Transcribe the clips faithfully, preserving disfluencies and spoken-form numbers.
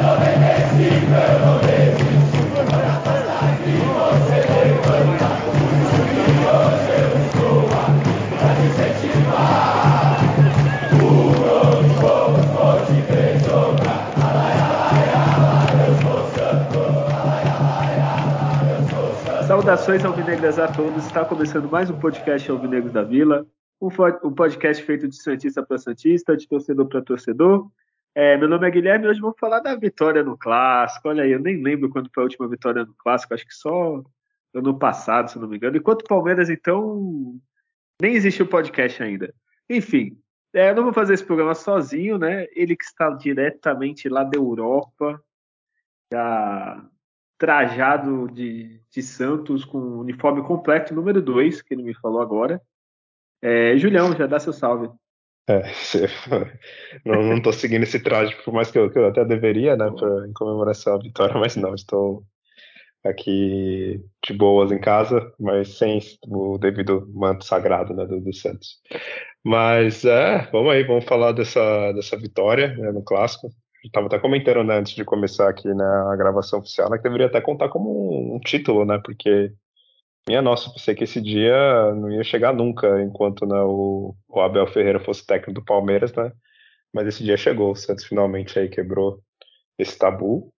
Saudações alvinegras a todos, está começando mais um podcast Alvinegros da Vila, um, um podcast feito de santista para santista, de torcedor para torcedor. É, meu nome é Guilherme e hoje vamos falar da vitória no Clássico. Olha aí, eu nem lembro quando foi a última vitória no Clássico, acho que só ano passado, se não me engano. Enquanto o Palmeiras, então, nem existe o podcast ainda. Enfim, é, eu não vou fazer esse programa sozinho, né? Ele que está diretamente lá da Europa, já trajado de, de Santos com o uniforme completo, número dois, que ele me falou agora. É, Julião, já dá seu salve. É, não, não tô seguindo esse traje, por mais que eu, que eu até deveria, né, pra, em comemoração à vitória, mas não, estou aqui de boas em casa, mas sem o devido manto sagrado, né, do, do Santos. Mas é, vamos aí, vamos falar dessa, dessa vitória, né, no Clássico. Eu tava até comentando, né, antes de começar aqui, né, a gravação oficial, né, que deveria até contar como um, um título, né, porque minha nossa, pensei que esse dia não ia chegar nunca, enquanto, né, o, o Abel Ferreira fosse técnico do Palmeiras, né? Mas esse dia chegou, o Santos finalmente aí quebrou esse tabu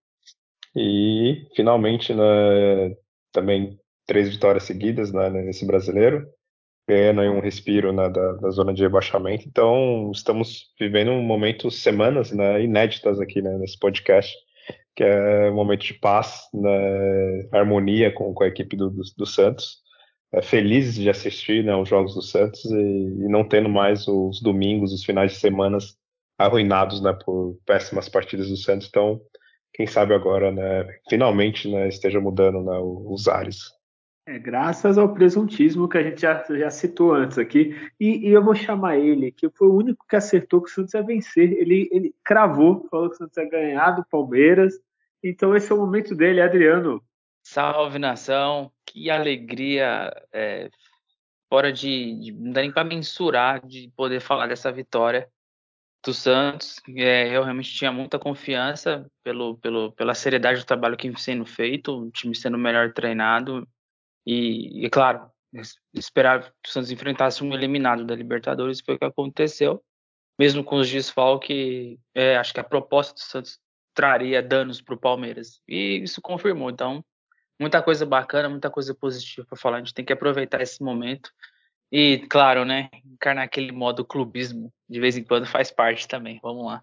e finalmente, né, também três vitórias seguidas, né, nesse brasileiro, ganhando aí um respiro, né, da, da zona de rebaixamento. Então, estamos vivendo um momento, semanas, né, inéditas aqui, né, nesse podcast, que é um momento de paz, né, harmonia com, com a equipe do, do, do Santos. É, felizes de assistir, né, os jogos do Santos e, e não tendo mais os domingos, os finais de semanas arruinados, né, por péssimas partidas do Santos. Então, quem sabe agora, né, finalmente, né, esteja mudando, né, os ares. É, graças ao presuntismo que a gente já, já citou antes aqui. E, e eu vou chamar ele, que foi o único que acertou que o Santos ia vencer. Ele, ele cravou, falou que o Santos ia ganhar do Palmeiras. Então esse é o momento dele, Adriano. Salve, nação! Que alegria, é, fora de, de não dá nem para mensurar de poder falar dessa vitória do Santos. É, eu realmente tinha muita confiança pelo, pelo, pela seriedade do trabalho que vem sendo feito, o time sendo melhor treinado e, e claro, esperar que o Santos enfrentasse um eliminado da Libertadores, foi o que aconteceu. Mesmo com os desfalques, é, acho que a proposta do Santos traria danos para o Palmeiras e isso confirmou. Então, muita coisa bacana, muita coisa positiva para falar. A gente tem que aproveitar esse momento. E, claro, né? Encarnar aquele modo clubismo de vez em quando faz parte também. Vamos lá.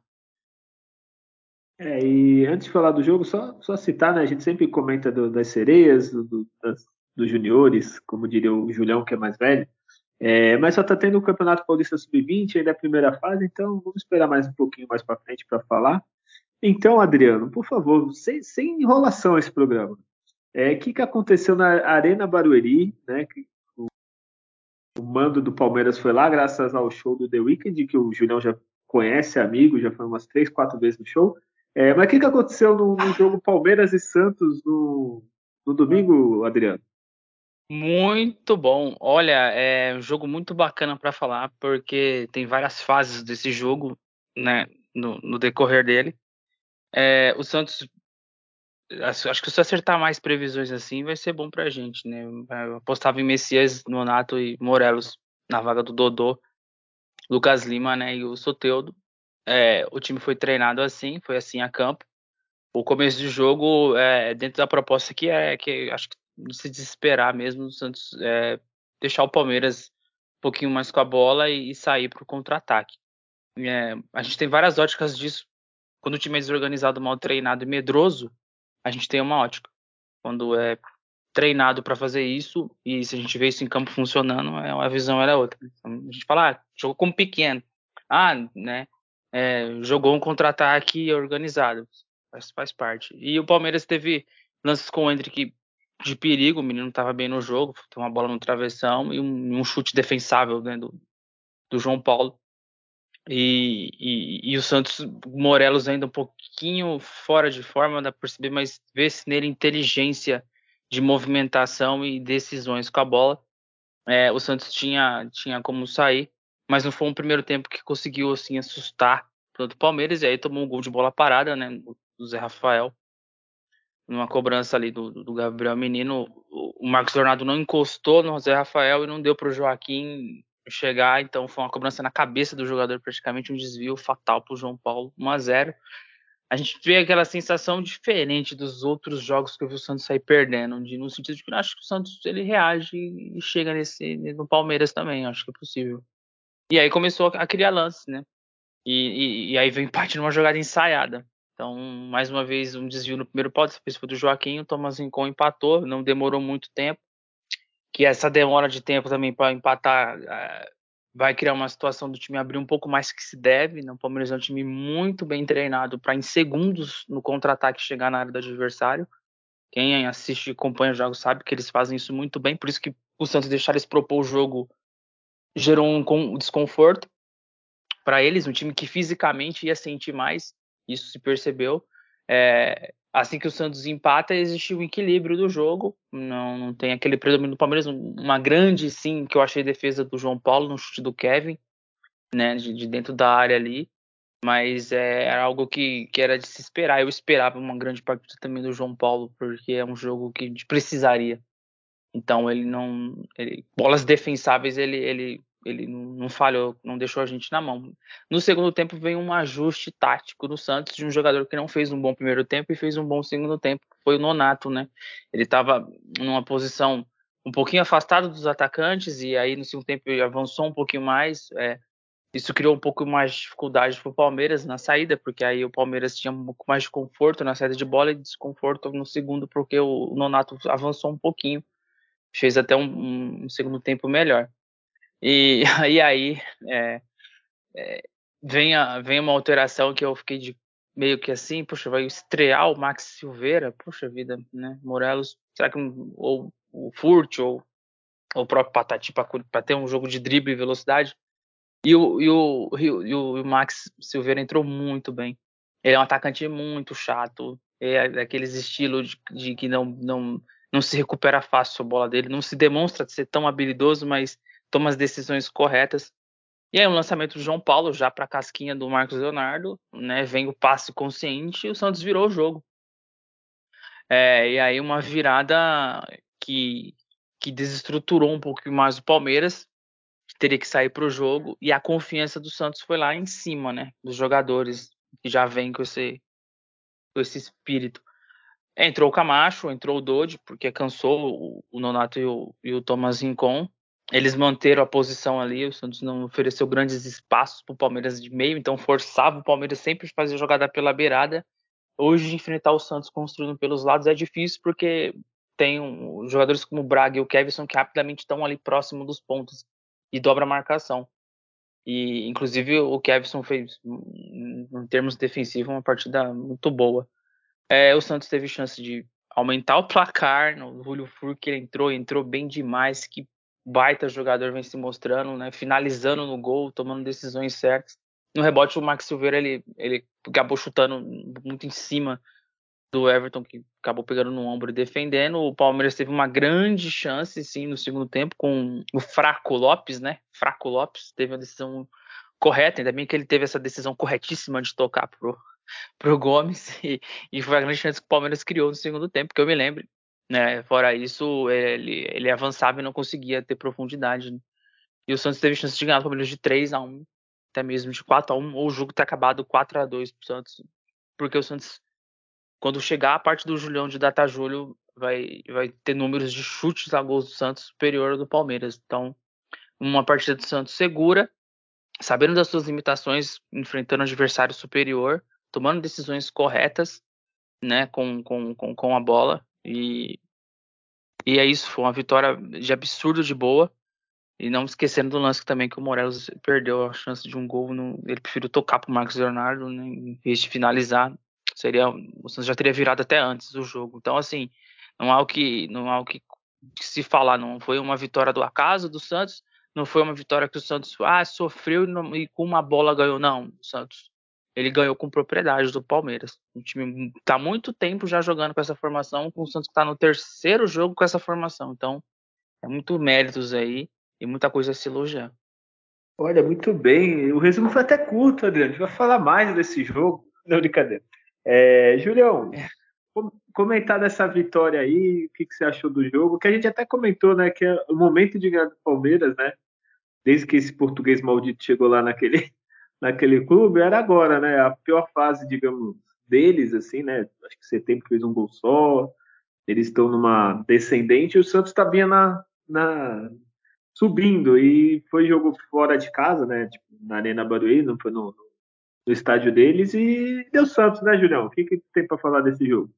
É, e antes de falar do jogo, só, só citar, né? A gente sempre comenta do- das sereias, do, do- das- dos juniores, como diria o Julião, que é mais velho. É, mas só está tendo o Campeonato Paulista sub vinte ainda é a primeira fase, então vamos esperar mais um pouquinho mais para frente para falar. Então, Adriano, por favor, sem, sem enrolação esse programa. É, o que, que aconteceu na Arena Barueri, né? Que o mando do Palmeiras foi lá graças ao show do The Weeknd, que o Julião já conhece, amigo, já foi umas três, quatro vezes no show. É, mas o que, que aconteceu no, no jogo Palmeiras e Santos no, no domingo, Adriano? Muito bom. Olha, é um jogo muito bacana para falar, porque tem várias fases desse jogo, né? No, no decorrer dele. É, o Santos, acho acho que se eu acertar mais previsões assim, vai ser bom pra gente, né? Eu apostava em Messias, Nonato e Morelos na vaga do Dodô, Lucas Lima, né? E o Soteldo. É, o time foi treinado assim, foi assim a campo. O começo do jogo, é, dentro da proposta que é, que acho que não se desesperar mesmo, o Santos é, deixar o Palmeiras um pouquinho mais com a bola e, e sair para o contra-ataque. É, a gente tem várias óticas disso. Quando o time é desorganizado, mal treinado e medroso, a gente tem uma ótica. Quando é treinado para fazer isso, e se a gente vê isso em campo funcionando, é, a visão era outra. Então, a gente fala, ah, jogou como pequeno. Ah, né? É, jogou um contra-ataque organizado. Faz, faz parte. E o Palmeiras teve lances com o Endrick de perigo, o menino estava bem no jogo, tem uma bola no travessão e um, um chute defensável, né, do, do João Paulo. E, e, e o Santos, o Morelos ainda um pouquinho fora de forma, dá pra perceber, mas vê-se nele inteligência de movimentação e decisões com a bola. É, o Santos tinha, tinha como sair, mas não foi um primeiro tempo que conseguiu assim assustar tanto o Palmeiras, e aí tomou um gol de bola parada, né? do Zé Rafael. Numa cobrança ali do, do Gabriel Menino, o Marcos Leonardo não encostou no Zé Rafael e não deu para o Joaquim chegar, então foi uma cobrança na cabeça do jogador, praticamente um desvio fatal para o João Paulo, um a zero. A gente vê aquela sensação diferente dos outros jogos que eu vi o Santos sair perdendo, de, no sentido de que eu acho que o Santos ele reage e chega nesse, no Palmeiras também, acho que é possível. E aí começou a criar lances, né? E, e, e aí veio empate numa jogada ensaiada. Então, mais uma vez, um desvio no primeiro pau, dessa vez foi do Joaquim, o Thomas Rincon empatou, não demorou muito tempo, que essa demora de tempo também para empatar uh, vai criar uma situação do time abrir um pouco mais que se deve, né? O Palmeiras é um time muito bem treinado para em segundos no contra-ataque chegar na área do adversário. Quem assiste e acompanha os jogos sabe que eles fazem isso muito bem, por isso que o Santos deixar eles propor o jogo gerou um desconforto para eles, um time que fisicamente ia sentir mais, isso se percebeu. É, assim que o Santos empata, existe o equilíbrio do jogo, não, não tem aquele predomínio do Palmeiras, uma grande, sim, que eu achei defesa do João Paulo no chute do Kevin, né, de, de dentro da área ali, mas é, era algo que, que era de se esperar, eu esperava uma grande partida também do João Paulo, porque é um jogo que a gente precisaria. Então ele não, ele, bolas defensáveis ele, ele ele não falhou, não deixou a gente na mão. No segundo tempo veio um ajuste tático do Santos de um jogador que não fez um bom primeiro tempo e fez um bom segundo tempo, que foi o Nonato, né? Ele estava numa posição um pouquinho afastado dos atacantes e aí no segundo tempo ele avançou um pouquinho mais. É, isso criou um pouco mais de dificuldade para o Palmeiras na saída, porque aí o Palmeiras tinha um pouco mais de conforto na saída de bola e desconforto no segundo, porque o Nonato avançou um pouquinho, fez até um, um segundo tempo melhor. E, e aí é, é, vem, a, vem uma alteração que eu fiquei de meio que assim, poxa, vai estrear o Max Silveira, poxa vida, né? Morelos, será que um, ou o Furt ou, ou o próprio Patati para ter um jogo de drible e velocidade? E o, e, o, e, o, e o Max Silveira entrou muito bem. Ele é um atacante muito chato, é daqueles estilos de, de que não, não, não se recupera fácil a bola dele, não se demonstra ser tão habilidoso, mas toma as decisões corretas. E aí, um lançamento do João Paulo já para a casquinha do Marcos Leonardo, né? Vem o passe consciente e o Santos virou o jogo. É, e aí, uma virada que, que desestruturou um pouco mais o Palmeiras, que teria que sair para o jogo, e a confiança do Santos foi lá em cima, né? Dos jogadores que já vem com esse, com esse espírito. Entrou o Camacho, entrou o Dodi, porque cansou o, o Nonato e o, e o Thomas Rincon. Eles manteram a posição ali, o Santos não ofereceu grandes espaços para o Palmeiras de meio, então forçava o Palmeiras sempre a fazer jogada pela beirada. Hoje, enfrentar o Santos construindo pelos lados é difícil, porque tem um, jogadores como o Braga e o Kevson que rapidamente estão ali próximo dos pontos e dobra a marcação. E, inclusive, o Kevson fez, em termos defensivos, uma partida muito boa. É, o Santos teve chance de aumentar o placar no Julio Furque, ele entrou, entrou bem demais, que baita jogador vem se mostrando, né, finalizando no gol, tomando decisões certas. No rebote, o Max Silveira, ele, ele acabou chutando muito em cima do Everton, que acabou pegando no ombro e defendendo. O Palmeiras teve uma grande chance, sim, no segundo tempo, com o Fraco Lopes, né, Fraco Lopes, teve uma decisão correta, ainda bem que ele teve essa decisão corretíssima de tocar pro pro Gomes e, e foi a grande chance que o Palmeiras criou no segundo tempo, que eu me lembro, né? Fora isso, ele, ele avançava e não conseguia ter profundidade, né? E o Santos teve chance de ganhar o Palmeiras de três a um, até mesmo de quatro a um, ou o jogo ter acabado quatro a dois pro Santos, porque o Santos, quando chegar a parte do Julião de Data Júlio, vai, vai ter números de chutes a gols do Santos superior ao do Palmeiras. Então, uma partida do Santos segura, sabendo das suas limitações, enfrentando um adversário superior, tomando decisões corretas, né, com, com, com, com a bola. E, e é isso, foi uma vitória de absurdo de boa. E não esquecendo do lance também que o Morelos perdeu a chance de um gol. No, ele preferiu tocar para o Marcos Leonardo, né, em vez de finalizar. Seria, o Santos já teria virado até antes do jogo. Então, assim, não há o que, não há o que se falar. Não foi uma vitória do acaso do Santos. Não foi uma vitória que o Santos ah, sofreu e, não, e com uma bola ganhou. Não, o Santos ele ganhou com propriedade do Palmeiras. O time está há muito tempo já jogando com essa formação, com o Santos está no terceiro jogo com essa formação. Então, é muito méritos aí e muita coisa a se elogiar. Olha, muito bem. O resumo foi até curto, Adriano. A gente vai falar mais desse jogo. Não, brincadeira. É, Julião, comentar dessa vitória aí, o que, que você achou do jogo, que a gente até comentou, né, que é o momento de ganhar do Palmeiras, né, desde que esse português maldito chegou lá naquele, naquele clube, era agora, né, a pior fase, digamos, deles, assim, né, acho que setembro fez um gol só, eles estão numa descendente, e o Santos tá bem na, na, subindo, e foi jogo fora de casa, né, tipo, na Arena Barueri, não foi no, no estádio deles, e deu Santos, né, Julião? O que, que tem para falar desse jogo?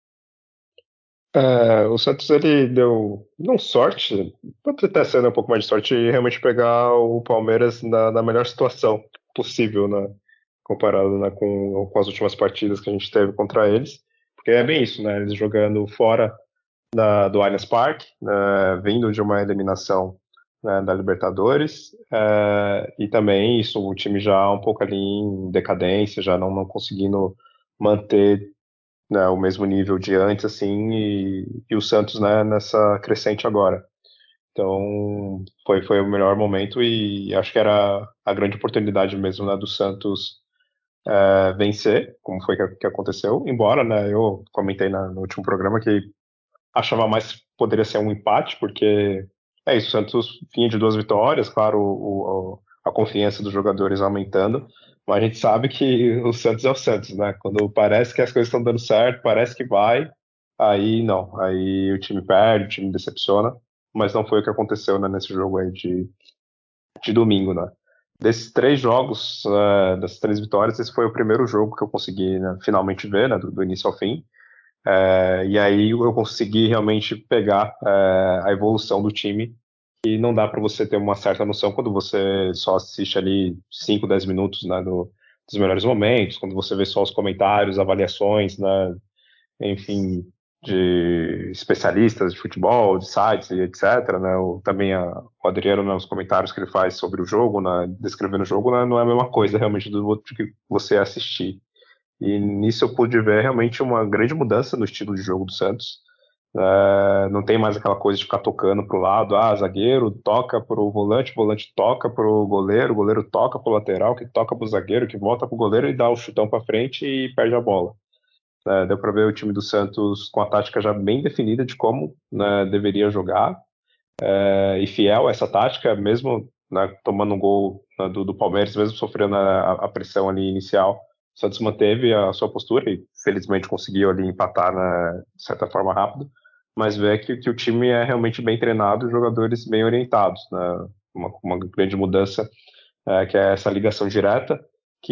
É, o Santos ele deu não sorte, pode até ser, né, um pouco mais de sorte e realmente pegar o Palmeiras na, na melhor situação possível, né, comparado, né, com, com as últimas partidas que a gente teve contra eles, porque é bem isso, né, eles jogando fora da, do Allianz Parque, né, vindo de uma eliminação, né, da Libertadores, é, e também isso, o time já um pouco ali em decadência, já não, não conseguindo manter, né, o mesmo nível de antes, assim, e, e o Santos, né, nessa crescente agora. Então, foi, foi o melhor momento e acho que era a grande oportunidade mesmo, né, do Santos é, vencer, como foi que, que aconteceu. Embora, né, eu comentei na, no último programa que achava mais que poderia ser um empate, porque é isso, o Santos vinha de duas vitórias, claro, o, o, a confiança dos jogadores aumentando, mas a gente sabe que o Santos é o Santos, né? Quando parece que as coisas estão dando certo, parece que vai, aí não, aí o time perde, o time decepciona, mas não foi o que aconteceu, né, nesse jogo aí de, de domingo, né? Desses três jogos, uh, das três vitórias, esse foi o primeiro jogo que eu consegui, né, finalmente ver, né, do, do início ao fim. É, e aí eu consegui realmente pegar é, a evolução do time e não dá para você ter uma certa noção quando você só assiste ali cinco, dez minutos, né, do, dos melhores momentos, quando você vê só os comentários, avaliações, né, enfim, de especialistas de futebol, de sites e etc, né, o, também a, o Adriano, né, os comentários que ele faz sobre o jogo, né, descrevendo o jogo, né, não é a mesma coisa realmente do, do que você assistir. E nisso eu pude ver realmente uma grande mudança no estilo de jogo do Santos. É, não tem mais aquela coisa de ficar tocando para o lado, ah, zagueiro toca para o volante, volante toca para o goleiro, goleiro toca para o lateral, que toca para o zagueiro, que volta para o goleiro e dá o chutão para frente e perde a bola. É, deu para ver o time do Santos com a tática já bem definida de como, né, deveria jogar, é, e fiel a essa tática, mesmo, né, tomando um gol, né, do, do Palmeiras, mesmo sofrendo a, a pressão ali inicial. O Santos manteve a sua postura e felizmente conseguiu ali empatar, né, de certa forma rápido, mas vê que, que o time é realmente bem treinado e jogadores bem orientados, né, uma, uma grande mudança, é, que é essa ligação direta,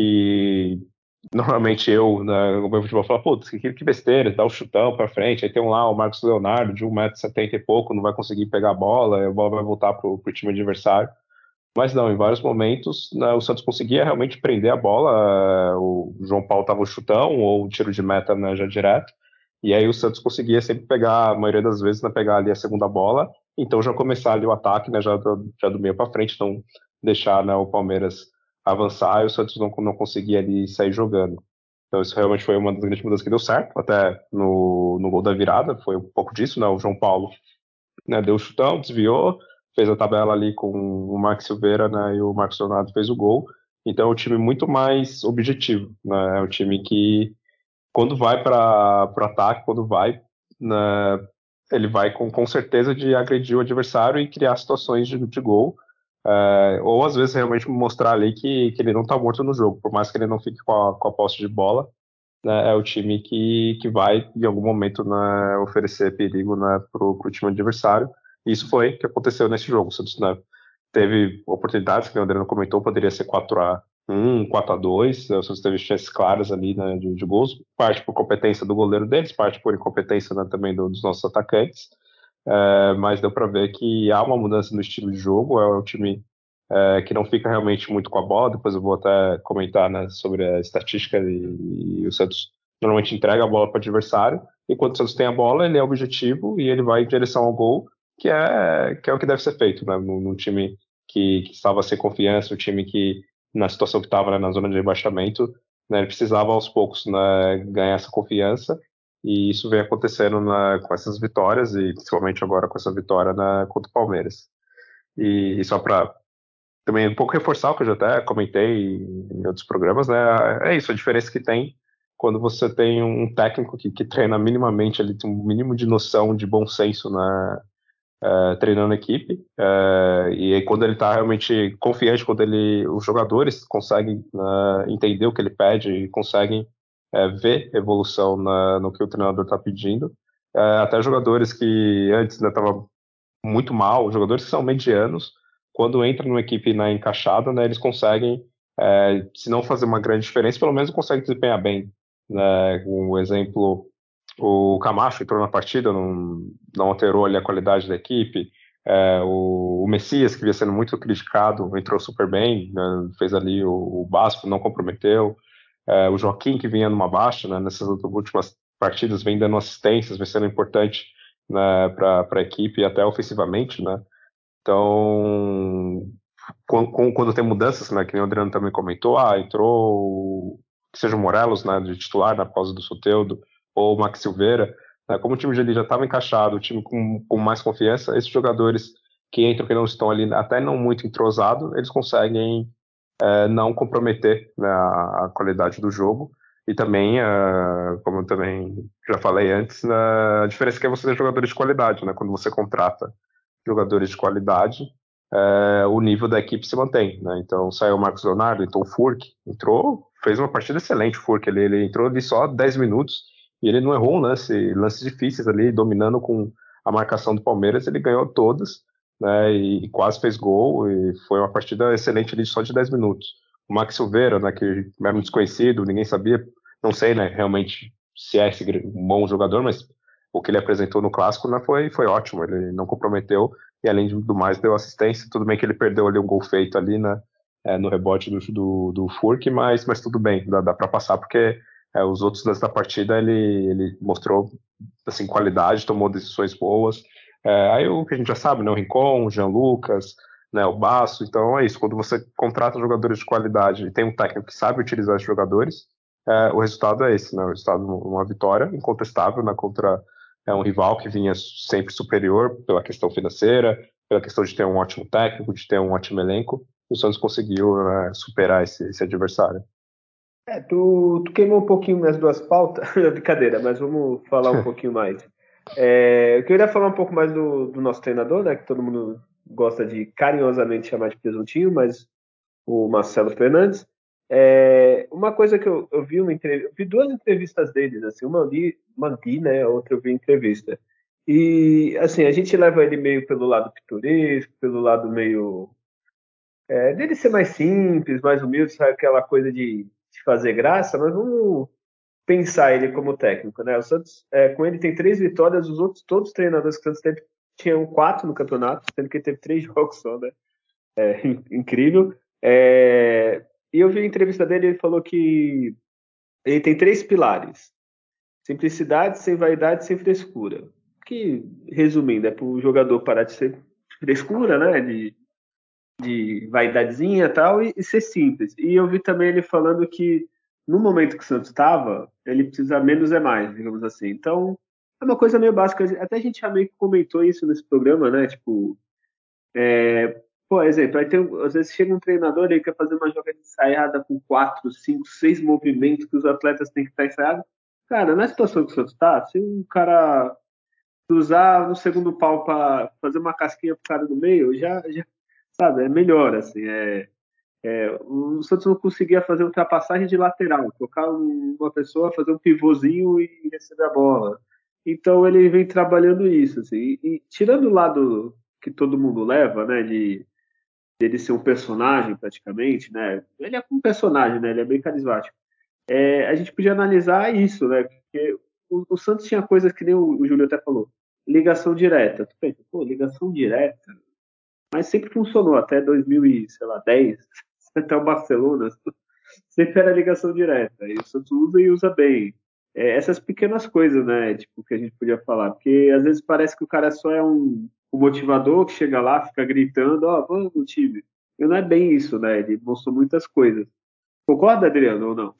que normalmente eu, né, no meu futebol, falo, putz, que, que besteira, dá o um chutão pra frente, aí tem um lá, o Marcos Leonardo, de um metro e setenta e pouco, não vai conseguir pegar a bola, a bola vai voltar pro, pro time adversário. Mas não, em vários momentos, né, o Santos conseguia realmente prender a bola, uh, o João Paulo tava o chutão ou o tiro de meta, né, já direto, e aí o Santos conseguia sempre pegar, a maioria das vezes, né, pegar ali a segunda bola, então já começar ali o ataque, né, já, do, já do meio para frente, não deixar, né, o Palmeiras avançar e o Santos não, não conseguia ali sair jogando. Então isso realmente foi uma das grandes mudanças que deu certo, até no, no gol da virada, foi um pouco disso, né, o João Paulo, né, deu o chutão, desviou, fez a tabela ali com o Max Silveira, né, e o Marcos Leonardo fez o gol. Então é um time muito mais objetivo, né, é um time que quando vai para o ataque, quando vai, né, ele vai com, com certeza de agredir o adversário e criar situações de, de gol, é, ou às vezes realmente mostrar ali que, que ele não está morto no jogo, por mais que ele não fique com a, com a posse de bola, né, é o time que, que vai, em algum momento, né, oferecer perigo, né, para o time adversário. E isso foi o que aconteceu nesse jogo. O Santos, né, teve oportunidades, que o André não comentou, poderia ser quatro a um, quatro a dois, né, o Santos teve chances claras ali, né, de, de gols, parte por competência do goleiro deles, parte por incompetência, né, também do, dos nossos atacantes. É, mas deu para ver que há uma mudança no estilo de jogo, é o time é, que não fica realmente muito com a bola. Depois eu vou até comentar, né, sobre a estatística e, e o Santos normalmente entrega a bola para o adversário. Enquanto o Santos tem a bola, ele é objetivo e ele vai em direção ao gol, que é, que é o que deve ser feito, né, num, num time que, que estava sem confiança, um time que, na situação que estava, né, na zona de rebaixamento, né, ele precisava aos poucos, né, ganhar essa confiança. E isso vem acontecendo, né, com essas vitórias e principalmente agora com essa vitória, né, contra o Palmeiras. E, e só para também um pouco reforçar o que eu já até comentei em outros programas, né? É isso, a diferença que tem quando você tem um técnico que, que treina minimamente, ele tem um mínimo de noção, de bom senso, né, é, treinando a equipe, é, e aí quando ele está realmente confiante, quando ele, os jogadores conseguem né, entender o que ele pede e conseguem é, ver evolução na, no que o treinador está pedindo, é, até jogadores que antes ainda estavam muito mal, jogadores que são medianos, quando entram numa equipe na encaixada, né, eles conseguem, é, se não fazer uma grande diferença, pelo menos conseguem desempenhar bem. Né? Um exemplo, o Camacho entrou na partida, não, não alterou ali a qualidade da equipe. É, o, o Messias, que vinha sendo muito criticado, entrou super bem, né, fez ali o, o básico, não comprometeu. É, o Joaquim, que vinha numa baixa, né, nessas últimas partidas, vem dando assistências, vem sendo importante né, para a equipe, até ofensivamente, né? Então, quando, quando tem mudanças, né, que nem o Adriano também comentou, ah, entrou que seja o Morelos, né, de titular na pausa do Soteldo, ou o Max Silveira, né, como o time ali já estava encaixado, o time com, com mais confiança, esses jogadores que entram, que não estão ali, até não muito entrosados, eles conseguem é, não comprometer né, a, a qualidade do jogo. E também, uh, como eu também já falei antes, né, a diferença é que você tem jogadores de qualidade, né? Quando você contrata jogadores de qualidade, é, o nível da equipe se mantém, né? Então saiu o Marcos Leonardo, então o Furk entrou, fez uma partida excelente, o Furk, ele, ele entrou ali só dez minutos e ele não errou um lance, lances difíceis ali, dominando com a marcação do Palmeiras, ele ganhou todas, né? E, e quase fez gol, e foi uma partida excelente ali só de dez minutos. O Max Silveira, né, que era um desconhecido, ninguém sabia, não sei, né, realmente se é esse um bom jogador, mas o que ele apresentou no clássico né, foi, foi ótimo, ele não comprometeu e além do mais deu assistência, tudo bem que ele perdeu ali um gol feito ali né, é, no rebote do, do, do Furk, mas, mas tudo bem, dá, dá para passar porque é, os outros lances da partida ele, ele mostrou assim, qualidade, tomou decisões boas, é, aí o que a gente já sabe, né, o Rincon, o Jean Lucas, né, o Basso, então é isso, quando você contrata jogadores de qualidade e tem um técnico que sabe utilizar esses jogadores, é, o resultado é esse, né, o resultado uma vitória incontestável né, contra é um rival que vinha sempre superior pela questão financeira, pela questão de ter um ótimo técnico, de ter um ótimo elenco. O Santos conseguiu né, superar esse, esse adversário. É, tu, tu queimou um pouquinho minhas duas pautas, brincadeira, mas vamos falar um pouquinho mais. É, eu queria falar um pouco mais do, do nosso treinador, né, que todo mundo gosta de carinhosamente chamar de presuntinho, mas o Marcelo Fernandes. É, uma coisa que eu, eu vi uma entrevista, vi duas entrevistas deles, assim, uma eu li, uma li, né, a outra eu vi entrevista. E assim, a gente leva ele meio pelo lado pitoresco, pelo lado meio é, dele ser mais simples, mais humilde, sabe aquela coisa de, de fazer graça, mas vamos pensar ele como técnico, né? O Santos, é, com ele tem três vitórias, os outros todos os treinadores que o Santos teve tinham quatro no campeonato, sendo que ele teve três jogos só, né? É, incrível. É, e eu vi a entrevista dele, ele falou que ele tem três pilares: simplicidade, sem vaidade, sem frescura. Que, resumindo, é para o jogador parar de ser frescura, né? De, de vaidadezinha e tal, e, e ser simples. E eu vi também ele falando que no momento que o Santos estava, ele precisa menos é mais, digamos assim. Então, é uma coisa meio básica. Até a gente já meio que comentou isso nesse programa, né? Tipo, é, por exemplo, aí tem, às vezes chega um treinador e quer fazer uma jogada ensaiada com quatro, cinco, seis movimentos que os atletas têm que estar ensaiados. Cara, na situação que o Santos está, se um cara cruzar no segundo pau para fazer uma casquinha pro cara do meio, já, já sabe, é melhor, assim, é, é, o Santos não conseguia fazer ultrapassagem de lateral, colocar uma pessoa, fazer um pivôzinho e receber a bola. Então ele vem trabalhando isso, assim, e, e tirando o lado que todo mundo leva, né, de dele ser um personagem praticamente, né, ele é um personagem, né, ele é bem carismático. É, a gente podia analisar isso, né, porque o, o Santos tinha coisas que nem o, o Júlio até falou, ligação direta. Tu pensa, pô, ligação direta, mas sempre funcionou até dois mil e dez, até o Barcelona, sempre era ligação direta. E o Santos usa e usa bem. É, essas pequenas coisas, né? Tipo, que a gente podia falar. Porque às vezes parece que o cara só é um, um motivador que chega lá, fica gritando, ó, oh, vamos no time. E não é bem isso, né? Ele mostrou muitas coisas. Concorda, Adriano, ou não?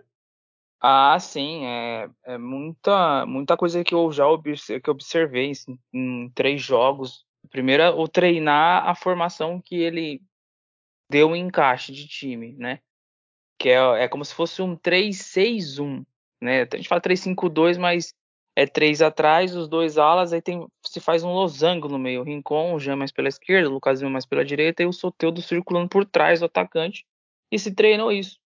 Ah, sim, é, é muita, muita coisa que eu já observei, que eu observei assim, em três jogos. Primeiro, é o treinar a formação que ele deu um encaixe de time, né? Que é, é como se fosse um três seis um. né? A gente fala três cinco dois, mas é três atrás, os dois alas, aí tem, se faz um losango no meio. O Rincon, o Jean mais pela esquerda, o Lucasinho mais pela direita e o Soteldo circulando por trás do atacante. E se treinou isso.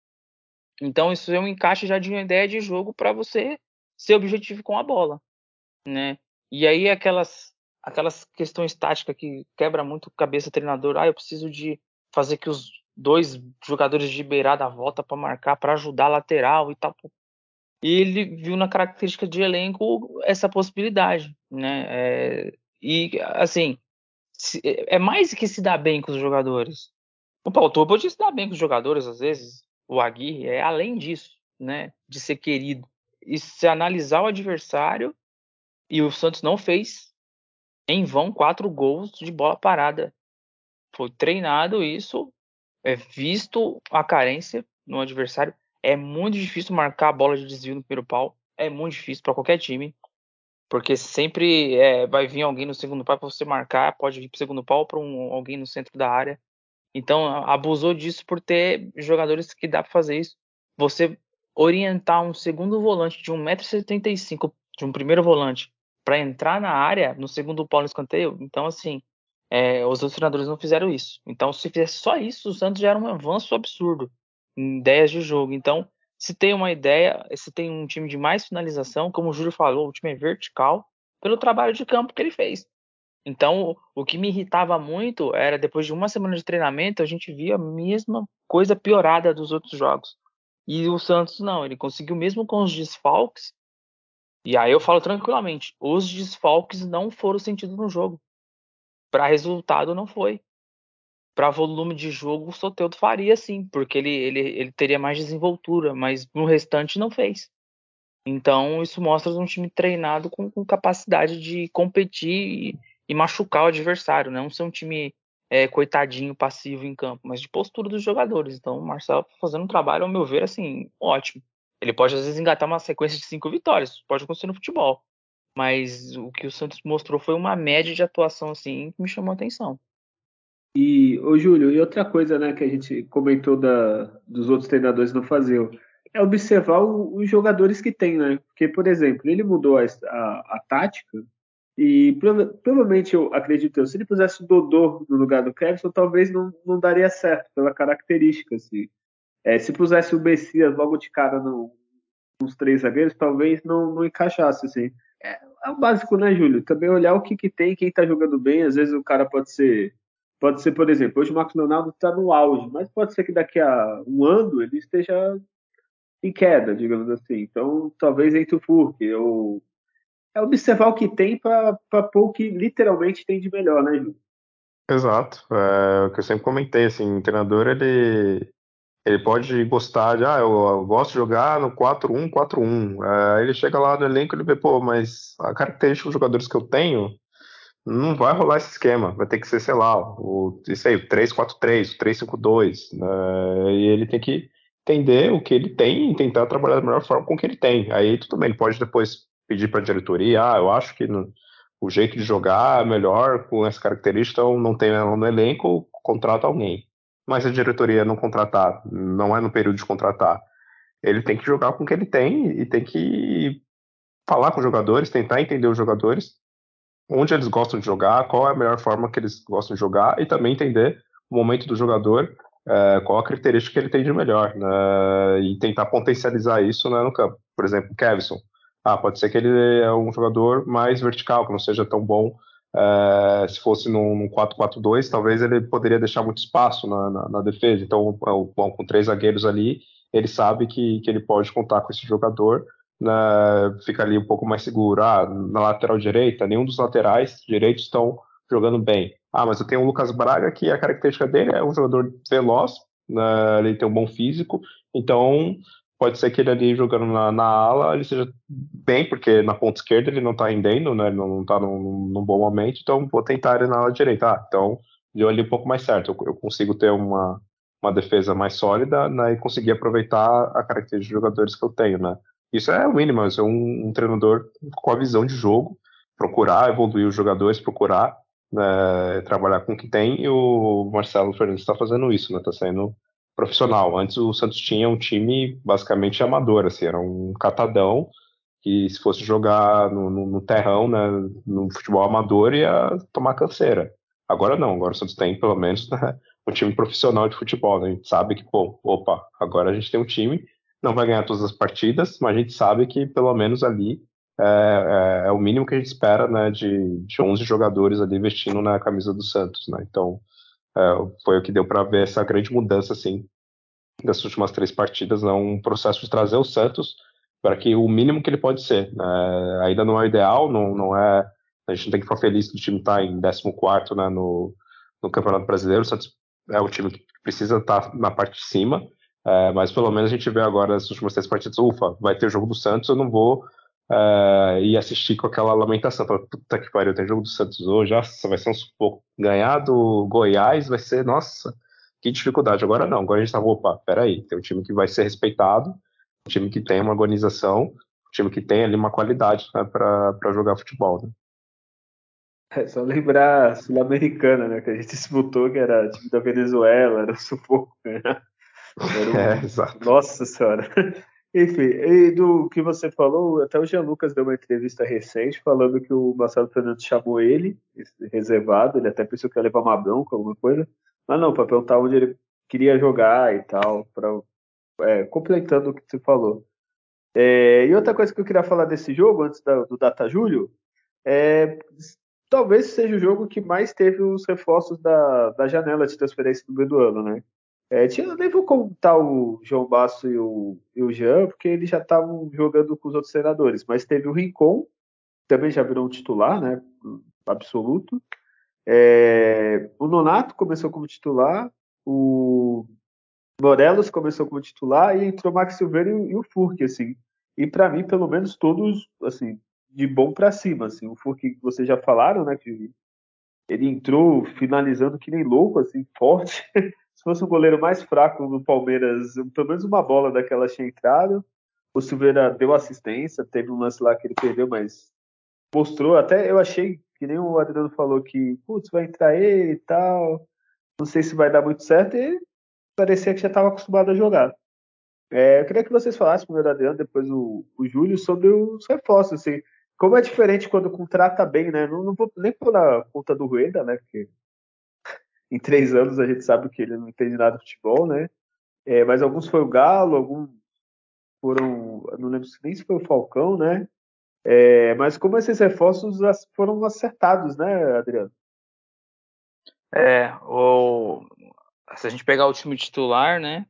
Então isso é um encaixe já de uma ideia de jogo para você ser objetivo com a bola, né? E aí aquelas aquelas questões táticas que quebra muito a cabeça do treinador. Ah, eu preciso de fazer que os dois jogadores de beirada volta para marcar, para ajudar a lateral e tal. E ele viu na característica de elenco essa possibilidade, né? É, e assim, se, é mais que se dar bem com os jogadores. O Paulo Turbo pode se dar bem com os jogadores às vezes. O Aguirre é além disso, né? De ser querido. E se analisar o adversário, e o Santos não fez em vão quatro gols de bola parada. Foi treinado isso, é visto a carência no adversário. É muito difícil marcar a bola de desvio no primeiro pau. É muito difícil para qualquer time, porque sempre é, vai vir alguém no segundo pau para você marcar. Pode vir para o segundo pau para um, alguém no centro da área. Então abusou disso por ter jogadores que dá para fazer isso. Você orientar um segundo volante de um metro e setenta e cinco de um primeiro volante para entrar na área no segundo pau no escanteio. Então, assim, é, os outros treinadores não fizeram isso. Então, se fizesse só isso, o Santos já era um avanço absurdo em ideias de jogo. Então, se tem uma ideia, se tem um time de mais finalização, como o Júlio falou, o time é vertical pelo trabalho de campo que ele fez. Então, o que me irritava muito era depois de uma semana de treinamento, a gente via a mesma coisa piorada dos outros jogos. E o Santos não, ele conseguiu mesmo com os desfalques. E aí eu falo tranquilamente, os desfalques não foram sentidos no jogo. Para resultado não foi. Para volume de jogo o Soteldo faria sim, porque ele, ele, ele teria mais desenvoltura, mas no restante não fez. Então, isso mostra um time treinado com, com capacidade de competir e, e machucar o adversário, não ser um time é, coitadinho, passivo em campo, mas de postura dos jogadores. Então, o Marcelo tá fazendo um trabalho, ao meu ver, assim, ótimo. Ele pode, às vezes, engatar uma sequência de cinco vitórias, pode acontecer no futebol. Mas o que o Santos mostrou foi uma média de atuação, assim, que me chamou a atenção. E, ô Júlio, e outra coisa, né, que a gente comentou da, dos outros treinadores não fazer, é observar o- os jogadores que tem, né? Porque, por exemplo, ele mudou a, a, a tática e prova- provavelmente, eu acredito eu, se ele pusesse o Dodô no lugar do Kevson, talvez não, não daria certo, pela característica, assim. É, se pusesse o Messias logo de cara no, nos três zagueiros, talvez não, não encaixasse, assim. É, é o básico, né, Júlio? Também olhar o que, que tem, quem tá jogando bem. Às vezes o cara pode ser, pode ser, por exemplo, hoje o Marcos Leonardo está no auge, mas pode ser que daqui a um ano ele esteja em queda, digamos assim. Então, talvez entre o Furque, ou é observar o que tem para pôr o que literalmente tem de melhor, né, Júlio? Exato. É o que eu sempre comentei, assim, o treinador, ele, ele pode gostar de, ah, eu, eu gosto de jogar no quatro um quatro um. É, aí ele chega lá no elenco e ele vê, pô, mas a característica dos jogadores que eu tenho não vai rolar esse esquema. Vai ter que ser, sei lá, o, isso aí, o três quatro três, o três cinco dois, né? E ele tem que entender o que ele tem e tentar trabalhar da melhor forma com o que ele tem. Aí tudo bem, ele pode depois pedir para a diretoria, ah, eu acho que no- o jeito de jogar é melhor com essa característica, então não tem ela no elenco, contrata alguém. Mas se a diretoria não contratar, não é no período de contratar, ele tem que jogar com o que ele tem e tem que falar com os jogadores, tentar entender os jogadores, onde eles gostam de jogar, qual é a melhor forma que eles gostam de jogar e também entender o momento do jogador, é, qual a característica que ele tem de melhor, né, e tentar potencializar isso, né, no campo. Por exemplo, o Kevson. Ah, pode ser que ele é um jogador mais vertical, que não seja tão bom. É, se fosse num quatro quatro dois, talvez ele poderia deixar muito espaço na, na, na defesa. Então, é bom, com três zagueiros ali, ele sabe que, que ele pode contar com esse jogador, né, fica ali um pouco mais seguro. Ah, na lateral direita, nenhum dos laterais direitos estão jogando bem. Ah, mas eu tenho o Lucas Braga, que a característica dele é um jogador veloz, né, ele tem um bom físico, então pode ser que ele ali jogando na, na ala ele seja bem, porque na ponta esquerda ele não está rendendo, né, ele não está num, num bom momento, então vou tentar ele na ala direita. Ah, então deu ali um pouco mais certo, eu, eu consigo ter uma, uma defesa mais sólida, né, e conseguir aproveitar a característica de jogadores que eu tenho, né. Isso é o mínimo, é ser um, um treinador com a visão de jogo, procurar evoluir os jogadores, procurar, né, trabalhar com o que tem, e o Marcelo Fernandes está fazendo isso, né? Está saindo, profissional. Antes o Santos tinha um time basicamente amador, assim, era um catadão que se fosse jogar no, no, no terrão, né, no futebol amador, ia tomar canseira. Agora não, agora o Santos tem pelo menos né, um time profissional de futebol, né? A gente sabe que, pô, opa, agora a gente tem um time, não vai ganhar todas as partidas, mas a gente sabe que pelo menos ali é, é, é o mínimo que a gente espera, né, de, de onze jogadores ali vestindo na camisa do Santos, né? Então, é, foi o que deu para ver essa grande mudança, assim, das últimas três partidas, né? Um processo de trazer o Santos para que o mínimo que ele pode ser. Né? Ainda não é o ideal, não, não é. A gente não tem que ficar feliz que o time está em décimo quarto, né, no, no Campeonato Brasileiro. O Santos é o time que precisa estar na parte de cima, é, mas pelo menos a gente vê agora as últimas três partidas. Ufa, vai ter o jogo do Santos, eu não vou é, ir assistir com aquela lamentação. Puta que pariu, tem jogo do Santos hoje, nossa, vai ser um sufoco. Ganhar do Goiás vai ser, nossa, que dificuldade. Agora não, agora a gente tá, opa, peraí, tem um time que vai ser respeitado, um time que tem uma organização, um time que tem ali uma qualidade, né, para jogar futebol, né? É só lembrar a Sul-Americana, né? Que a gente disputou, que era time da Venezuela, era um sufoco, né? Era É, um. exato. Nossa Senhora. Enfim, e do que você falou, até o Jean Lucas deu uma entrevista recente falando que o Marcelo Fernandes chamou ele, esse reservado, ele até pensou que ia levar uma bronca, alguma coisa, mas não, para perguntar onde ele queria jogar e tal, pra, é, completando o que você falou. É, e outra coisa que eu queria falar desse jogo, antes da- do Data Júlio, é, talvez seja o jogo que mais teve os reforços da, da janela de transferência do meio do ano, né? É, tinha, eu nem vou contar o João Basso e o, e o Jean, porque eles já estavam jogando com os outros treinadores, mas teve o Rincon, também já virou um titular, né? Absoluto. É, o Nonato começou como titular, o Morelos começou como titular e entrou o Max Silveira e, e o Furk, assim. E para mim, pelo menos todos, assim, de bom para cima, assim. O Furk, que vocês já falaram, né, que ele entrou finalizando que nem louco, assim, forte. Se fosse o goleiro mais fraco do Palmeiras, pelo menos uma bola daquela tinha entrado. O Silveira deu assistência, teve um lance lá que ele perdeu, mas mostrou. Até eu achei, que nem o Adriano falou, que, putz, vai entrar ele e tal. Não sei se vai dar muito certo. E parecia que já estava acostumado a jogar. É, eu queria que vocês falassem, primeiro o Adriano, depois o, o Júlio, sobre os reforços, assim. Como é diferente quando contrata bem, né? Não, não vou nem pôr na conta do Rueda, né? Porque em três anos a gente sabe que ele não entende nada de futebol, né? É, mas alguns foi o Galo, alguns foram, não lembro nem se foi o Falcão, né? É, mas como esses reforços foram acertados, né, Adriano? É, o, se a gente pegar o time titular, né?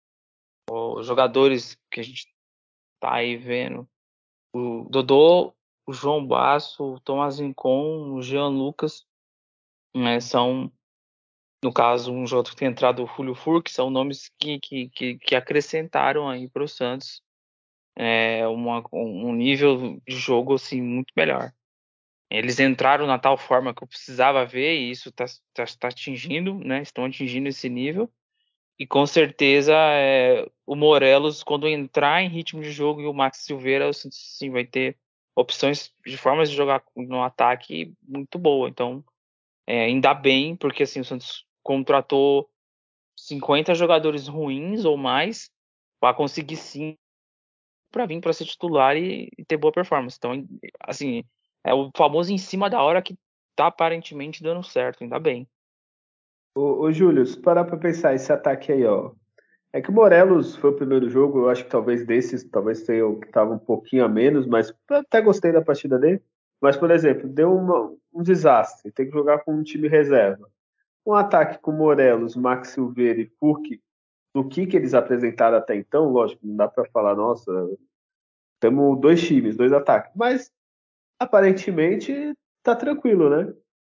Os jogadores que a gente tá aí vendo, o Dodô, o João Basso, o Tomás Rincon, o Jean Lucas, né, são, no caso, um jogador que tem entrado o Julio Furque, são nomes que, que, que, que acrescentaram aí para o Santos é, uma, um nível de jogo assim, muito melhor. Eles entraram na tal forma que eu precisava ver e isso está tá, tá atingindo, né? Estão atingindo esse nível. E com certeza é, o Morelos, quando entrar em ritmo de jogo, e o Max Silveira, eu sinto sim, vai ter opções de formas de jogar no ataque muito boa. Então, é, ainda bem, porque assim, o Santos contratou cinquenta jogadores ruins ou mais para conseguir sim para vir para ser titular e, e ter boa performance. Então, assim, é o famoso em cima da hora que tá aparentemente dando certo, ainda bem. Ô, ô Júlio, se parar pra pensar, esse ataque aí, ó. É que o Morelos foi o primeiro jogo, eu acho que talvez desses, talvez tenha o que estava um pouquinho a menos, mas eu até gostei da partida dele. Mas, por exemplo, deu uma- um desastre, tem que jogar com um time reserva. Um ataque com Morelos, Max Silveira e Furk, do que que eles apresentaram até então, lógico, não dá para falar, nossa, temos dois times, dois ataques, mas aparentemente tá tranquilo, né?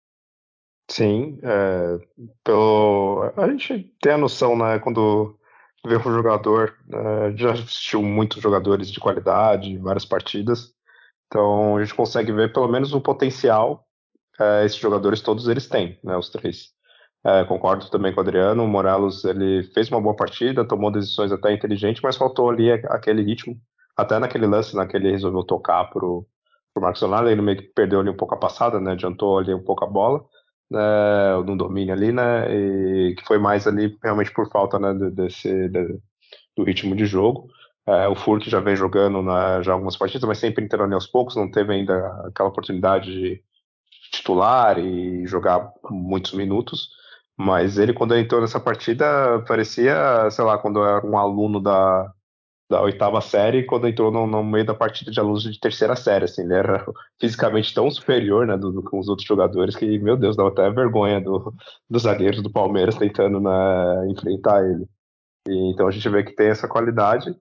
Sim, é, pelo, a gente tem a noção, né, quando vê um jogador, né, já assistiu muitos jogadores de qualidade, várias partidas, então a gente consegue ver pelo menos o potencial é, esses jogadores todos eles têm, né, os três. É, concordo também com o Adriano, o Morelos ele fez uma boa partida, tomou decisões até inteligentes, mas faltou ali aquele ritmo, até naquele lance, naquele ele resolveu tocar pro, pro Marcos Leonardo, ele meio que perdeu ali um pouco a passada, né, adiantou ali um pouco a bola, né, no domínio ali, né, e que foi mais ali realmente por falta, né, desse, de, do ritmo de jogo. É, o Furk já vem jogando na, já algumas partidas, mas sempre entrando aos poucos, não teve ainda aquela oportunidade de titular e jogar muitos minutos. Mas ele, quando ele entrou nessa partida, parecia, sei lá, quando era um aluno da, da oitava série, quando entrou no, no meio da partida de alunos de terceira série, assim, ele era fisicamente tão superior, né, do, do, com os outros jogadores que, meu Deus, dava até vergonha do, dos zagueiros do Palmeiras tentando, né, enfrentar ele. E, então a gente vê que tem essa qualidade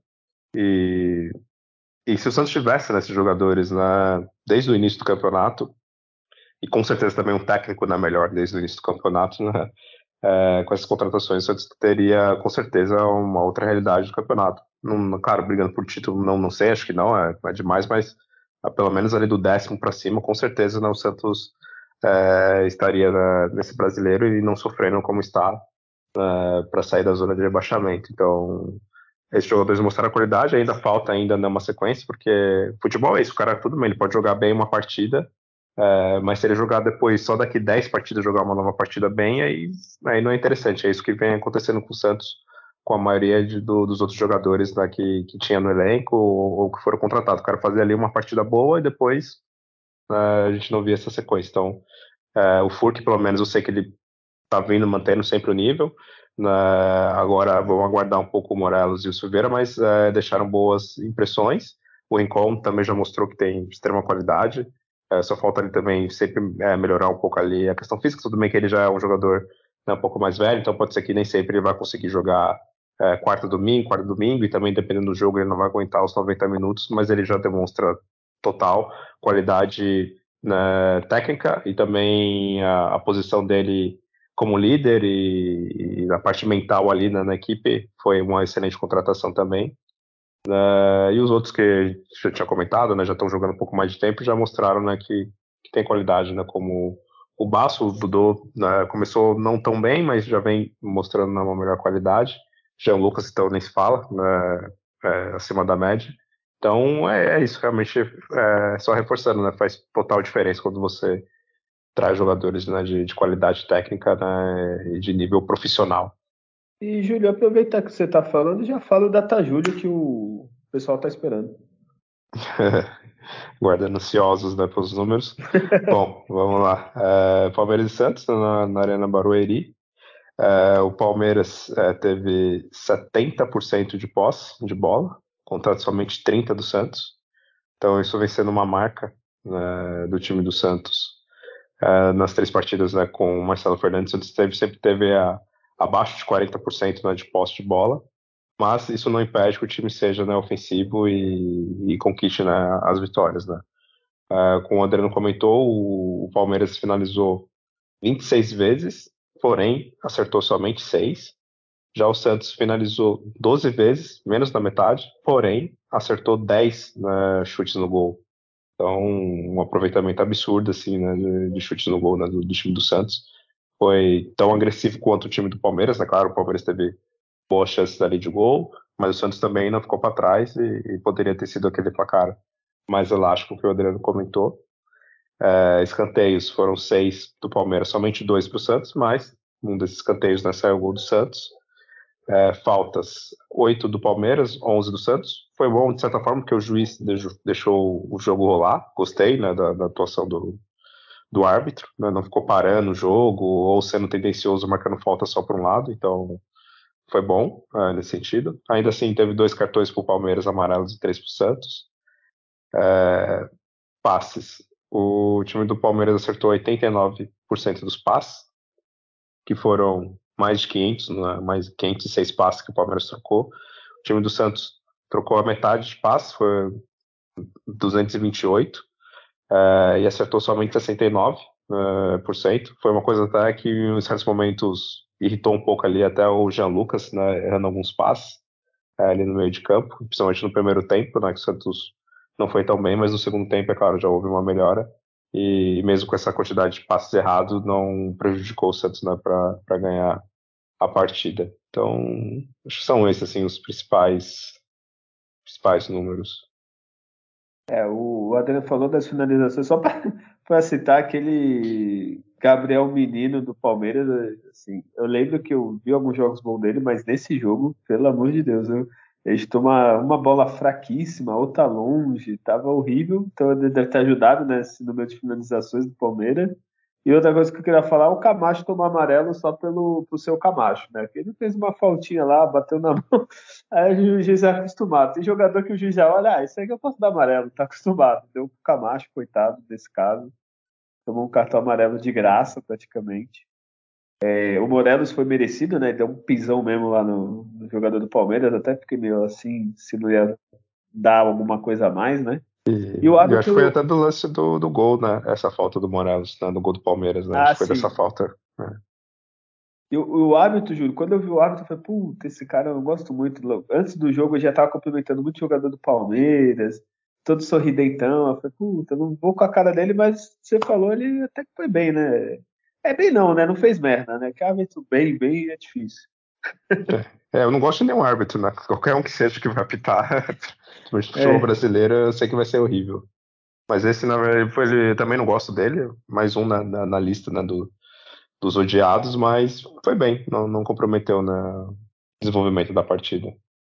e, e se o Santos tivesse nesses né, jogadores, né, desde o início do campeonato, e com certeza também um técnico na melhor desde o início do campeonato, né, é, com essas contratações, o Santos teria com certeza uma outra realidade do campeonato. Não, claro, brigando por título, não, não sei, acho que não, é, é demais, mas ah, pelo menos ali do décimo para cima, com certeza né, o Santos é, estaria né, nesse brasileiro e não sofrendo como está é, para sair da zona de rebaixamento. Então, esses jogadores mostraram a qualidade, ainda falta ainda né, uma sequência, porque futebol é isso, o cara tudo bem, ele pode jogar bem uma partida, é, mas se ele jogar depois, só daqui dez partidas, jogar uma nova partida bem, aí, aí não é interessante. É isso que vem acontecendo com o Santos, com a maioria de, do, dos outros jogadores né, que, que tinha no elenco ou, ou que foram contratados. O cara fazia ali uma partida boa e depois é, a gente não via essa sequência. Então, é, o Furk, pelo menos, eu sei que ele tá vindo mantendo sempre o nível. Né? Agora vamos aguardar um pouco o Morelos e o Silveira, mas é, deixaram boas impressões. O Rincon também já mostrou que tem extrema qualidade. É, só falta ele também sempre é, melhorar um pouco ali a questão física. Tudo bem que ele já é um jogador né, um pouco mais velho, então pode ser que nem sempre ele vai conseguir jogar é, quarto domingo, quarto domingo, e também dependendo do jogo ele não vai aguentar os noventa minutos, mas ele já demonstra total qualidade né, técnica e também a, a posição dele como líder e, e a parte mental ali né, na equipe foi uma excelente contratação também. Uh, e os outros que eu tinha comentado, né, já estão jogando um pouco mais de tempo e já mostraram né, que, que tem qualidade, né, como o Basso, o Dudu, né, começou não tão bem, mas já vem mostrando né, uma melhor qualidade. Jean Lucas, então, nem se fala, né, é, acima da média. Então é, é isso, realmente é, só reforçando, né, faz total diferença quando você traz jogadores né, de, de qualidade técnica né, e de nível profissional. E, Júlio, aproveitar que você está falando, já fala o Data Júlio que o pessoal está esperando. Guardando ansiosos né, pelos números. Bom, vamos lá. É, Palmeiras e Santos na, na Arena Barueri. É, o Palmeiras é, teve setenta por cento de posse de bola, contra somente trinta por cento do Santos. Então isso vem sendo uma marca né, do time do Santos é, nas três partidas né, com o Marcelo Fernandes. O Santos teve, sempre teve a, abaixo de quarenta por cento né, de posse de bola. Mas isso não impede que o time seja né, ofensivo e, e conquiste né, as vitórias. Né? Uh, como o Adriano comentou, o, o Palmeiras finalizou vinte e seis vezes, porém acertou somente seis. Já o Santos finalizou doze vezes, menos da metade, porém acertou dez né, chutes no gol. Então, um aproveitamento absurdo assim, né, de, de chutes no gol né, do, do time do Santos. Foi tão agressivo quanto o time do Palmeiras, né? Claro, o Palmeiras teve boas chances ali de gol, mas o Santos também não ficou para trás e, e, poderia ter sido aquele placar mais elástico que o Adriano comentou. É, escanteios foram seis do Palmeiras, somente dois para o Santos, mas um desses escanteios né, saiu o gol do Santos. É, faltas, oito do Palmeiras, onze do Santos. Foi bom, de certa forma, porque o juiz deixou o jogo rolar. Gostei né, da, da atuação do, do árbitro, né, não ficou parando o jogo ou sendo tendencioso, marcando falta só para um lado. Então, foi bom uh, nesse sentido. Ainda assim, teve dois cartões para o Palmeiras amarelos e três para o Santos. É, passes. O time do Palmeiras acertou oitenta e nove por cento dos passes, que foram mais de quinhentos, né, mais de quinhentos e seis passes que o Palmeiras trocou. O time do Santos trocou a metade de passes, foi duzentos e vinte e oito, uh, e acertou somente sessenta e nove por cento. Uh, foi uma coisa até que em certos momentos irritou um pouco ali até o Jean Lucas, né, errando alguns passes é, ali no meio de campo, principalmente no primeiro tempo, né, que o Santos não foi tão bem, mas no segundo tempo, é claro, já houve uma melhora, e mesmo com essa quantidade de passes errados, não prejudicou o Santos né, para ganhar a partida. Então, acho que são esses assim, os principais, principais números. É, o Adriano falou das finalizações, só para citar aquele, Gabriel Menino do Palmeiras, assim, eu lembro que eu vi alguns jogos bons dele, mas nesse jogo, pelo amor de Deus, eu, ele tomou uma, uma bola fraquíssima, outra longe, tava horrível, então ele deve ter ajudado nesse número de finalizações do Palmeiras. E outra coisa que eu queria falar, o Camacho tomou amarelo só pelo pro seu Camacho, né? Porque ele fez uma faltinha lá, bateu na mão, aí o juiz é acostumado. Tem jogador que o juiz já olha, ah, isso aí que eu posso dar amarelo, tá acostumado. Deu pro Camacho, coitado desse caso. Tomou um cartão amarelo de graça, praticamente. É, o Morelos foi merecido, né? Deu um pisão mesmo lá no, no jogador do Palmeiras, até fiquei meio assim, se não ia dar alguma coisa a mais, né? E o E eu acho que foi árbitro. até do lance do, do gol, né? Essa falta do Morelos, né? Do gol do Palmeiras, né? Acho Ah, que foi dessa sim. falta. Né? E o, o árbitro, Júlio, quando eu vi o árbitro, eu falei, puta, esse cara eu gosto muito. Antes do jogo eu já tava cumprimentando muito jogador do Palmeiras, todo sorridentão. Eu falei, puta, eu não vou com a cara dele, mas você falou, ele até que foi bem, né? É bem não, né? Não fez merda, né? Que árbitro bem, bem é difícil. É, eu não gosto de nenhum árbitro, né? Qualquer um que seja que vai apitar, principalmente futebol É, brasileiro, eu sei que vai ser horrível. Mas esse, na verdade, foi- ele, também não gosto dele, mais um na, na, na lista, né, do, dos odiados, mas foi bem, não, não comprometeu no desenvolvimento da partida.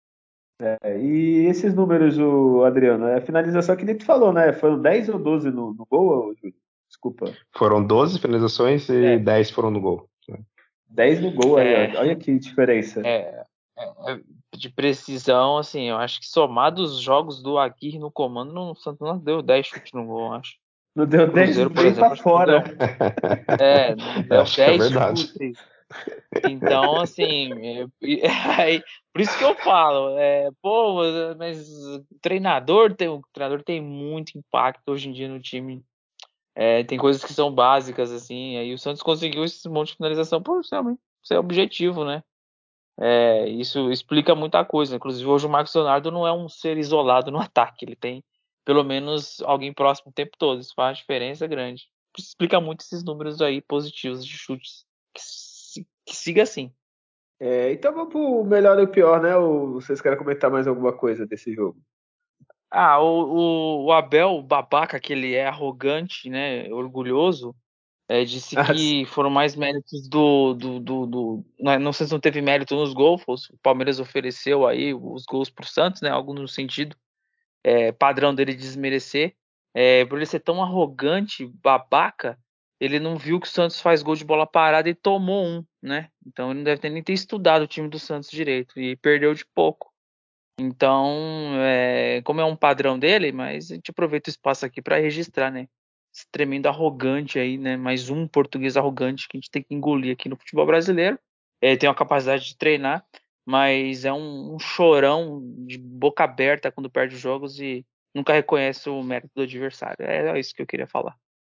é, e esses números, o Adriano, é a finalização que nem tu falou, né? Foram dez ou doze no, no gol, ô, Júlio? Desculpa. Foram doze finalizações e É, dez foram no gol. Né? Dez no gol aí, ó. é, Olha que diferença. é, é, de precisão, assim, eu acho que somado os jogos do Aguirre no comando, não- o Santos não deu dez chutes no gol, eu acho. Não deu dez Cruzeiro, por nem pra exemplo, acho que não fora. deu, é, não deu Acho que é dez verdade. chutes. Então, assim, é, e- aí, por isso que eu falo, é, pô, mas o treinador tem, o treinador tem muito impacto hoje em dia no time. É, tem coisas que são básicas, assim, aí o Santos conseguiu esse monte de finalização por realmente ser objetivo, né? É, isso explica muita coisa. Inclusive, hoje o Marcos Leonardo não é um ser isolado no ataque, ele tem pelo menos alguém próximo o tempo todo. Isso faz uma diferença grande. Isso explica muito esses números aí positivos de chutes. Que, se- que siga assim. É, então vamos pro melhor e o pior, né? Ou vocês querem comentar mais alguma coisa desse jogo? Ah, o, o, o Abel, o babaca que ele é, arrogante, né, orgulhoso, é, disse Ah, que foram mais méritos do, do, do, do- não, é- não sei se não teve mérito nos gols, o Palmeiras ofereceu aí os gols pro Santos, né, algo no sentido é, padrão dele desmerecer, é, por ele ser tão arrogante, babaca, ele não viu que o Santos faz gol de bola parada e tomou um, né? Então ele não deve ter, nem ter estudado o time do Santos direito e perdeu de pouco. Então, é, como é um padrão dele, mas a gente aproveita o espaço aqui para registrar, né? Esse tremendo arrogante aí, né? Mais um português arrogante que a gente tem que engolir aqui no futebol brasileiro. É, tem uma capacidade de treinar, mas é um, um chorão de boca aberta quando perde os jogos e nunca reconhece o mérito do adversário. É isso que eu queria falar.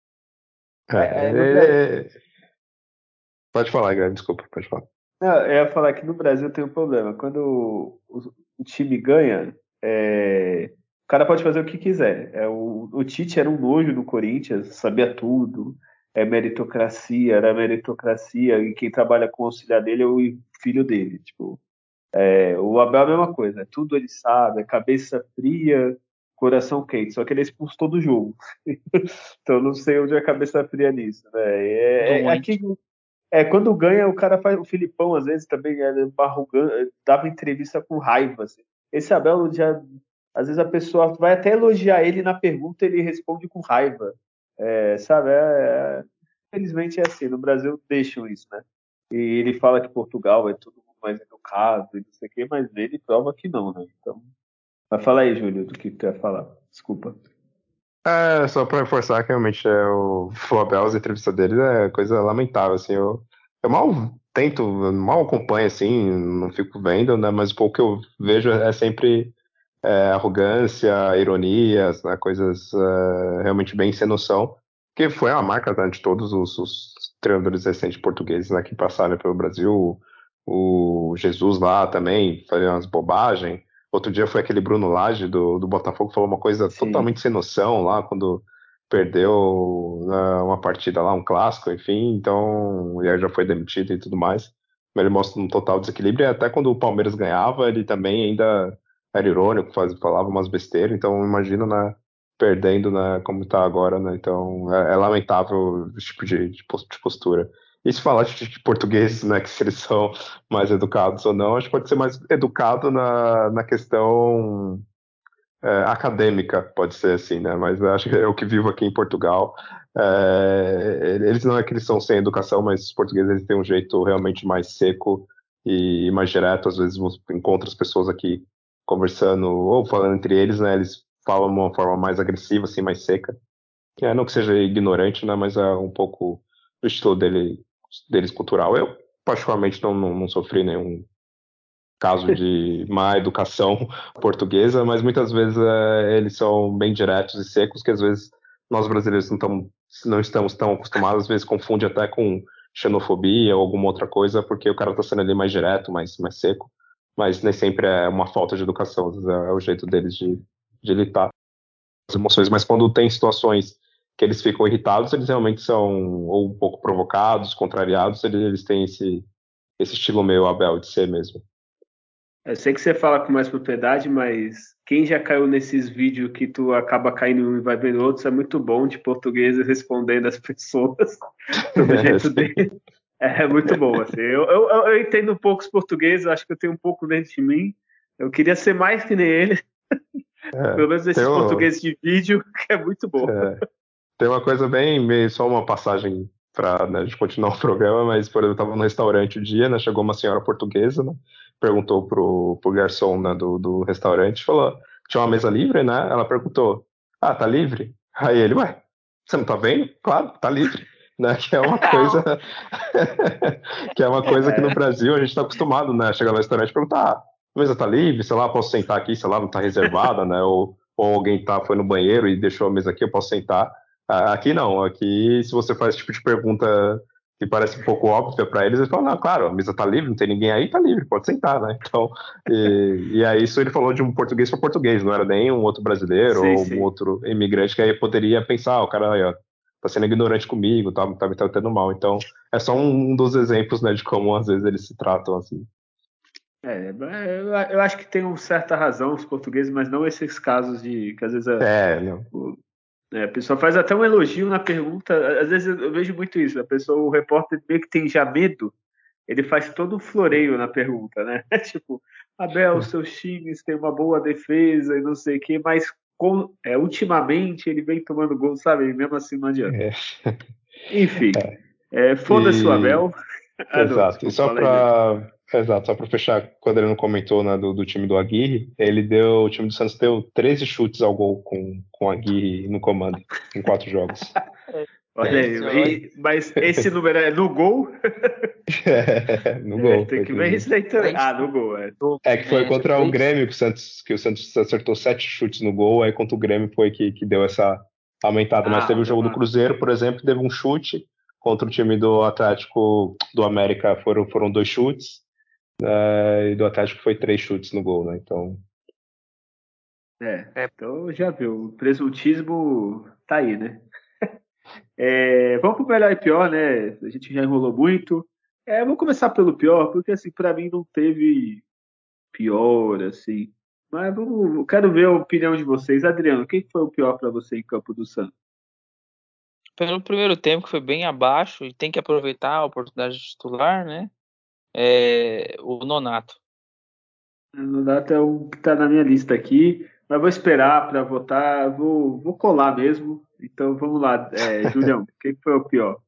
É, é, é, no, Bra- ele- Pode falar, Guilherme, desculpa, pode falar. não, eu ia falar que no Brasil tem um problema. Quando o, o- o time ganha, é, o cara pode fazer o que quiser. É, o, o Tite era um nojo no Corinthians, sabia tudo. É meritocracia, era meritocracia. E quem trabalha com o auxiliar dele é o filho dele. Tipo, é, o Abel é a mesma coisa. Tudo ele sabe, é cabeça fria, coração quente. Só que ele é expulso todo jogo. Então eu não sei onde é a cabeça fria nisso, né? É, é, Doente. aqui é, quando ganha, o cara faz. O Filipão, às vezes, também é arrogante, dava entrevista com raiva. Assim. Esse Abel já. Às vezes a pessoa vai até elogiar ele na pergunta, ele responde com raiva. É, sabe? É, é, infelizmente é assim. No Brasil deixam isso, né? E ele fala que Portugal é tudo mais educado e não sei o quê, mas ele prova que não, né? Então. Mas fala aí, Júlio, do que tu ia falar. Desculpa. É, só pra reforçar que realmente é, o Flobel, as entrevistas dele é coisa lamentável, assim, eu, eu mal tento, mal acompanho, assim, não fico vendo, né, mas o pouco que eu vejo é sempre é, arrogância, ironias, né, coisas é, realmente bem sem noção, que foi uma marca, né, de todos os, os treinadores recentes portugueses, né, que passaram pelo Brasil, o Jesus lá também, fazia umas bobagens. Outro dia foi aquele Bruno Lage do, do Botafogo, falou uma coisa Sim. totalmente sem noção lá, quando perdeu né, uma partida lá, um clássico, enfim, então, e aí já foi demitido e tudo mais. Mas ele mostra um total desequilíbrio, e até quando o Palmeiras ganhava, ele também ainda era irônico, faz, falava umas besteiras, então imagino, né, perdendo, né, como está agora, né? Então é, é lamentável esse tipo de, de postura. E se falar de, de portugueses, né, que se eles são mais educados ou não, acho que pode ser mais educado na, na questão é, acadêmica, pode ser assim, né? Mas eu acho que eu que vivo aqui em Portugal, é, eles não é que eles são sem educação, mas os portugueses eles têm um jeito realmente mais seco e mais direto. Às vezes você encontra as pessoas aqui conversando ou falando entre eles, né? Eles falam de uma forma mais agressiva, assim, mais seca. É, não que seja ignorante, né? Mas é um pouco o estilo dele, deles cultural. Eu, particularmente, não, não, não sofri nenhum caso de má educação portuguesa, mas muitas vezes é, eles são bem diretos e secos, que às vezes nós brasileiros não, tamo, não estamos tão acostumados, às vezes confunde até com xenofobia ou alguma outra coisa, porque o cara está sendo ali mais direto, mais, mais seco, mas nem sempre é uma falta de educação, às vezes é, é o jeito deles de, de lidar com as emoções, mas quando tem situações que eles ficam irritados, eles realmente são ou um pouco provocados, contrariados, eles, eles têm esse, esse estilo meio Abel de ser mesmo. Eu sei que você fala com mais propriedade, mas quem já caiu nesses vídeos que tu acaba caindo um e vai vendo outros, é muito bom de português respondendo as pessoas do jeito dele. É muito bom, assim. Eu, eu, eu entendo um pouco os portugueses, acho que eu tenho um pouco dentro de mim. Eu queria ser mais que nem ele, É, pelo menos tem, esses um, portugueses de vídeo, que é muito bom. é, tem uma coisa bem, meio, só uma passagem para né, a gente continuar o programa, mas por exemplo, eu estava no restaurante um dia, né, chegou uma senhora portuguesa, né, perguntou pro, pro garçom né, do, do restaurante, falou, tinha uma mesa livre, né? Ela perguntou, ah, tá livre? Aí ele, ué, você não tá vendo? Claro, tá livre. Né, que é uma coisa que é uma coisa que no É, Brasil a gente está acostumado, né? Chegar no restaurante e perguntar, ah, a mesa tá livre, sei lá, posso sentar aqui, sei lá, não tá reservada, né? Ou, ou alguém tá, foi no banheiro e deixou a mesa aqui, eu posso sentar. Ah, aqui não, aqui se você faz esse tipo de pergunta que parece um pouco óbvia para eles, eles falam, não, claro, a mesa tá livre, não tem ninguém aí, tá livre, pode sentar, né? Então, e, e aí isso ele falou de um português para português, não era nem um outro brasileiro sim, ou um sim. outro imigrante que aí poderia pensar, ah, o cara aí, ó, tá sendo ignorante comigo, tá, tá me tratando mal. Então, é só um dos exemplos, né, de como às vezes eles se tratam assim. É, eu, eu acho que tem uma certa razão os portugueses, mas não esses casos de que às vezes a, É, não. o- é, a pessoa faz até um elogio na pergunta. Às vezes eu, eu vejo muito isso. A pessoa, o repórter meio que tem já medo, ele faz todo um floreio na pergunta, né? Tipo, Abel, seus times têm uma boa defesa e não sei o quê, mas com, é, ultimamente ele vem tomando gol, sabe? E mesmo assim não adianta. É, Enfim, é. é, foda-se o E Abel. Ah, não, exato. E desculpa, só fala aí, Júlio. para exato, só para fechar, quando ele não comentou né, do, do time do Aguirre, ele deu, o time do Santos deu treze chutes ao gol com, com o Aguirre no comando em quatro jogos. Olha aí, Olha, e- mas esse número é no gol? É, no É, gol, tem foi que ver treze. isso daí também. três Ah, no gol, é. É que foi é, contra o três. Grêmio que o Santos, que o Santos acertou sete chutes no gol, aí contra o Grêmio foi que, que deu essa aumentada. Mas teve Ah, o deu jogo do uma. Cruzeiro, por exemplo, teve um chute contra o time do Atlético do América, foram, foram dois chutes, é, e do Atlético foi três chutes no gol, né? Então, É, É, então já viu. O presuntismo tá aí, né? É, vamos pro melhor e pior, né? A gente já enrolou muito. É, vou começar pelo pior, porque assim, pra mim não teve pior, assim. Mas vamos, eu quero ver a opinião de vocês. Adriano, quem foi o pior pra você em Campo do Santos? pelo primeiro tempo que foi bem abaixo e tem que aproveitar a oportunidade de titular, né? É, o Nonato. No data é o que tá na minha lista aqui, mas vou esperar para votar. Vou, vou colar mesmo. Então vamos lá, é, Julião, quem foi o pior?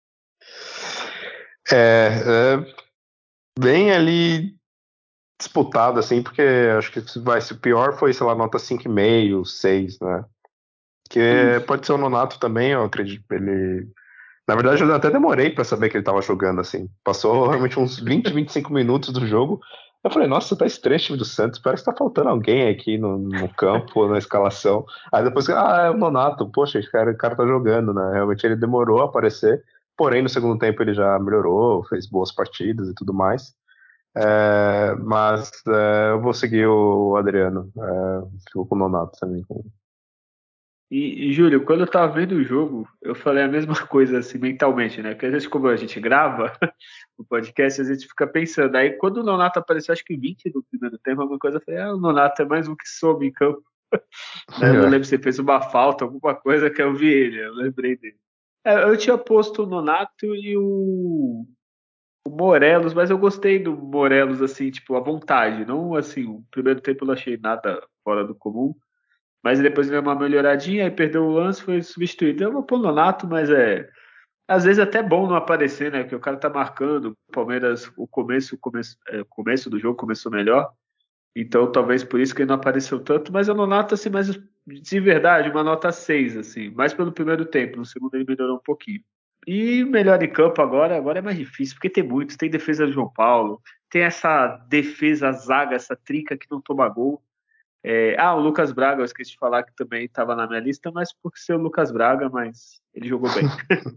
é, é bem ali disputado, assim, porque acho que se vai, se o pior foi, sei lá, nota cinco e meio, seis, né? Que Isso. pode ser o Nonato também, eu acredito. Ele Na verdade, eu até demorei pra saber que ele tava jogando assim. Passou realmente uns vinte, vinte e cinco minutos do jogo. Eu falei, nossa, tá estranho esse time do Santos. Parece que tá faltando alguém aqui no, no campo, na escalação. Aí depois, ah, é o Nonato. Poxa, esse cara, o cara tá jogando, né? Realmente ele demorou a aparecer. Porém, no segundo tempo ele já melhorou, fez boas partidas e tudo mais. É, mas é, eu vou seguir o Adriano. É, fico com o Nonato também. E, e, Júlio, quando eu tava vendo o jogo, eu falei a mesma coisa assim mentalmente, né? Porque às vezes, como a gente grava o podcast, a gente fica pensando. Aí quando o Nonato apareceu, acho que vinte do primeiro tempo, alguma coisa, eu falei, ah, o Nonato é mais um que some em campo. Né, eu não lembro se ele fez uma falta, alguma coisa que eu vi ele, eu lembrei dele. É, eu tinha posto o Nonato e o, o Morelos, mas eu gostei do Morelos, assim, tipo, à vontade. Não, assim, o primeiro tempo eu não achei nada fora do comum, mas depois ele deu uma melhoradinha, aí perdeu o lance, foi substituído. Eu vou pôr o Nonato, mas é. Às vezes é até bom não aparecer, né? Porque o cara tá marcando. O Palmeiras, o começo, o começo, é, o começo do jogo começou melhor. Então, talvez por isso que ele não apareceu tanto, mas eu não noto assim, mas de verdade, uma nota seis assim, mais pelo primeiro tempo, no segundo ele melhorou um pouquinho. E melhor em campo agora, agora é mais difícil, porque tem muitos, tem defesa do João Paulo, tem essa defesa zaga, essa trinca que não toma gol. É, ah, o Lucas Braga, eu esqueci de falar que também estava na minha lista, mas por ser o Lucas Braga, mas ele jogou bem.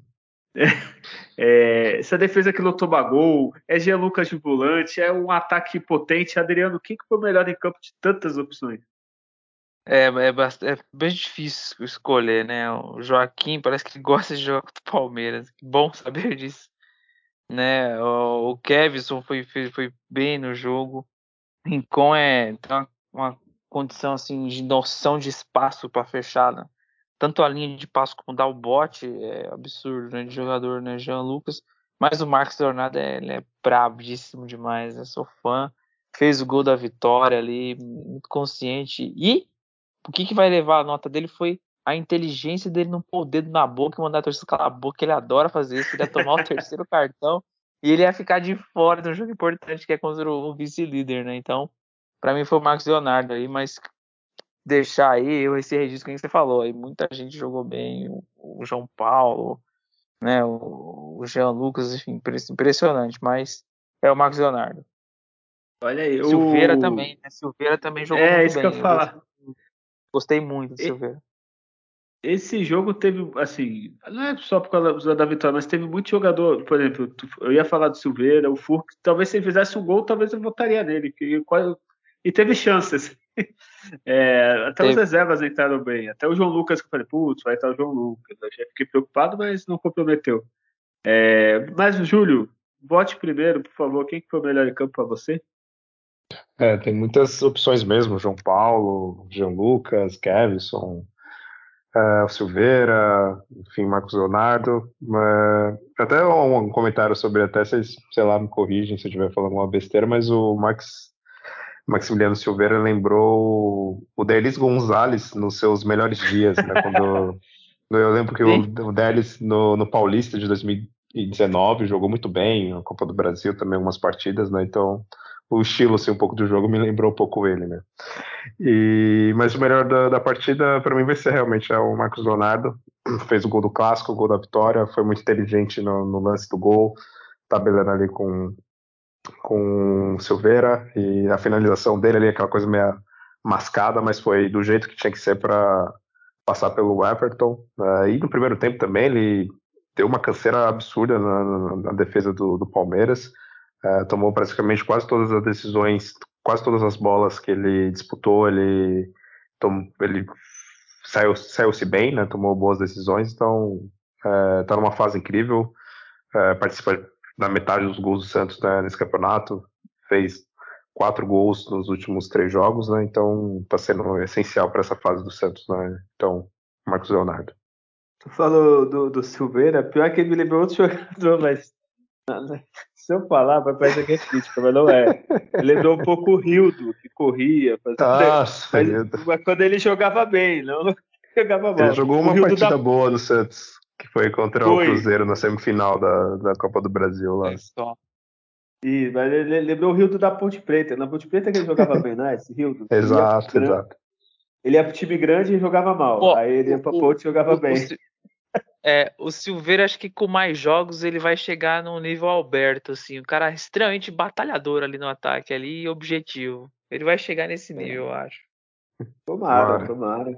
É, essa defesa que não toma gol, é Jean Lucas de volante, é um ataque potente. Adriano, quem que foi o melhor em campo de tantas opções? É, é, bast- é bem difícil escolher, né? O Joaquim parece que ele gosta de jogar contra o Palmeiras. Que bom saber disso, né? O, o Kevson foi, foi, foi bem no jogo. Rincon é tem uma, uma condição assim de noção de espaço para fechar, né? Tanto a linha de passo como dar o bote é absurdo, né? De jogador, né? Jean Lucas, mas o Marcos Leonardo é, ele é brabíssimo demais, né? Sou fã. Fez o gol da vitória ali, muito consciente. E o que, que vai levar a nota dele foi a inteligência dele não pôr o dedo na boca e mandar a torcida calar a boca. Ele adora fazer isso, ele ia tomar o terceiro cartão e ele ia ficar de fora de um jogo importante que é contra o vice-líder, né? Então, para mim foi o Marcos Leonardo aí, mas deixar aí esse registro que você falou, aí muita gente jogou bem, o João Paulo, né, o Jean Lucas, enfim, impressionante, mas é o Marcos Leonardo. Olha aí, Silveira o. também, né? Silveira também jogou É, muito isso que eu bem. ia Eu gostei, falar. gostei muito do E- Silveira. Esse jogo teve, assim, não é só por causa da vitória, mas teve muito jogador. Por exemplo, tu- eu ia falar do Silveira, o Furk, talvez se ele fizesse um gol, talvez eu votaria nele. Que, quase- e teve chances. É, até os Teve. reservas entraram bem. Até o João Lucas, que eu falei, putz, vai estar o João Lucas. Eu já fiquei preocupado, mas não comprometeu. É, mas, Júlio, vote primeiro, por favor. Quem que foi o melhor em campo para você? É, tem muitas opções mesmo, João Paulo, Jean Lucas, Kevson, é, o Silveira, enfim, Marcos Leonardo. É, até um comentário sobre, até vocês, sei lá, me corrigem se eu estiver falando uma besteira, mas o Max, Maximiliano Silveira lembrou o Delis Gonzalez nos seus melhores dias, né? Quando eu lembro que o, Sim. o Delis no, no Paulista de dois mil e dezenove jogou muito bem, a Copa do Brasil também algumas partidas, né? Então o estilo assim, um pouco do jogo me lembrou um pouco ele, né? E, mas o melhor da, da partida para mim vai ser realmente é o Marcos Leonardo. Fez o gol do clássico, o gol da vitória, foi muito inteligente no, no lance do gol, tabelando ali com, com o Silveira e a finalização dele ali, aquela coisa meio mascada, mas foi do jeito que tinha que ser para passar pelo Everton. Uh, e no primeiro tempo também ele deu uma canseira absurda na, na, na defesa do, do Palmeiras. Uh, tomou praticamente quase todas as decisões, quase todas as bolas que ele disputou, ele, tom, ele saiu, saiu-se bem, né? Tomou boas decisões, então está uh, numa fase incrível. Uh, participa da metade dos gols do Santos, né, nesse campeonato, fez quatro gols nos últimos três jogos, né? Então está sendo essencial para essa fase do Santos, né? Então, Marcos Leonardo. Tu falou do, do Silveira, pior que ele me lembrou outro jogador, mas se eu falar, vai parecer que é crítica, mas não é. Ele lembrou um pouco o Rildo, que corria, fazia... Nossa, mas, mas quando ele jogava bem, não jogava ele mal. jogou O uma Rildo partida da boa no Santos, que foi contra o foi. Cruzeiro na semifinal da, da Copa do Brasil lá. É só. E, mas ele lembrou o Rildo da Ponte Preta. Na Ponte Preta que ele jogava bem, não é? Esse Rildo. Ele ia pro Exato, gran... exato. ele ia pro time grande e jogava mal. Pô, Aí ele ia o, pra o, Ponte e jogava o, o, bem. Sil- é, o Silveira, acho que com mais jogos ele vai chegar no nível Alberto, assim, um cara extremamente batalhador ali no ataque, ali, e objetivo. Ele vai chegar nesse nível, eu acho. Tomara, Tomara. tomara.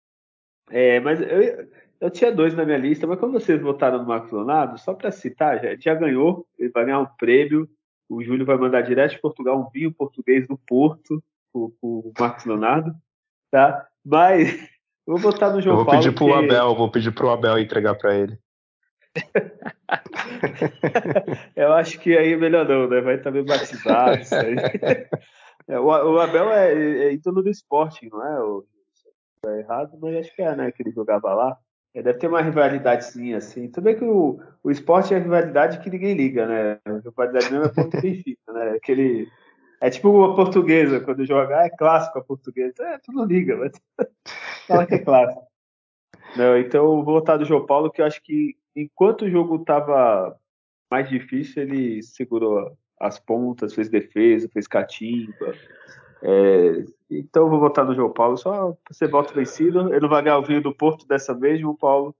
É, mas eu, eu tinha dois na minha lista, mas como vocês votaram no Marcos Leonardo, só para citar, já, já ganhou, ele vai ganhar um prêmio. O Júlio vai mandar direto de Portugal um vinho português do Porto, o, o Marcos Leonardo, tá? Mas eu vou votar no Eu João vou Paulo, pedir pro porque Abel, vou pedir pro Abel entregar para ele. eu acho que aí é melhor não, né? Vai estar bem batizado, isso aí. É, o, o Abel é, é ídolo do esporte, não é? O, Tá errado, mas acho que é, né? Que ele jogava lá. É, deve ter uma rivalidadezinha assim. Tudo bem que o, o esporte é rivalidade que ninguém liga, né? A rivalidade mesmo é Porto e Benfica, né? Aquele, é tipo a portuguesa, quando joga, ah, é clássico a portuguesa. É, tu não liga, mas fala que é clássico. Não, então eu vou voltar do João Paulo, que eu acho que enquanto o jogo tava mais difícil, ele segurou as pontas, fez defesa, fez catimba. É, então eu vou votar no João Paulo, só pra ser voto vencido. Ele não vai ganhar o vinho do Porto dessa vez, João Paulo,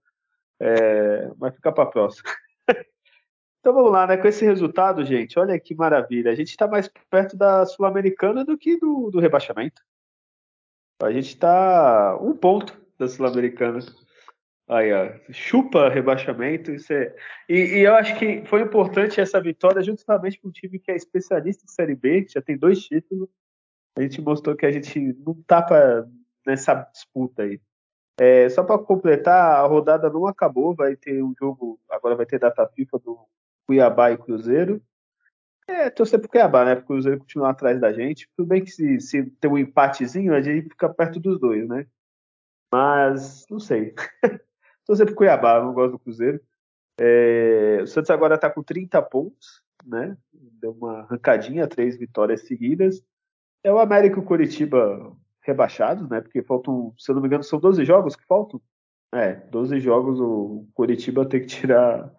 é, vai ficar para a próxima. Então vamos lá, né? Com esse resultado, gente, olha que maravilha. A gente está mais perto da Sul-Americana do que do, do rebaixamento. A gente está um ponto da Sul-Americana. Aí, ó, chupa rebaixamento. Isso é... e, e eu acho que foi importante essa vitória justamente para um time que é especialista em Série B, que já tem dois títulos. A gente mostrou que a gente não tá pra, nessa disputa aí. É, só para completar, a rodada não acabou, vai ter um jogo, agora vai ter data FIFA do Cuiabá e Cruzeiro. É, torcer pro Cuiabá, né? Pro Cruzeiro continuar atrás da gente. Tudo bem que se, se tem um empatezinho, a gente fica perto dos dois, né? Mas, não sei. Torcer pro Cuiabá, não gosto do Cruzeiro. É, o Santos agora tá com trinta pontos, né? Deu uma arrancadinha, três vitórias seguidas. É o América e o Coritiba rebaixados, né? Porque faltam, se eu não me engano, são doze jogos que faltam. É, doze jogos o Coritiba tem que tirar.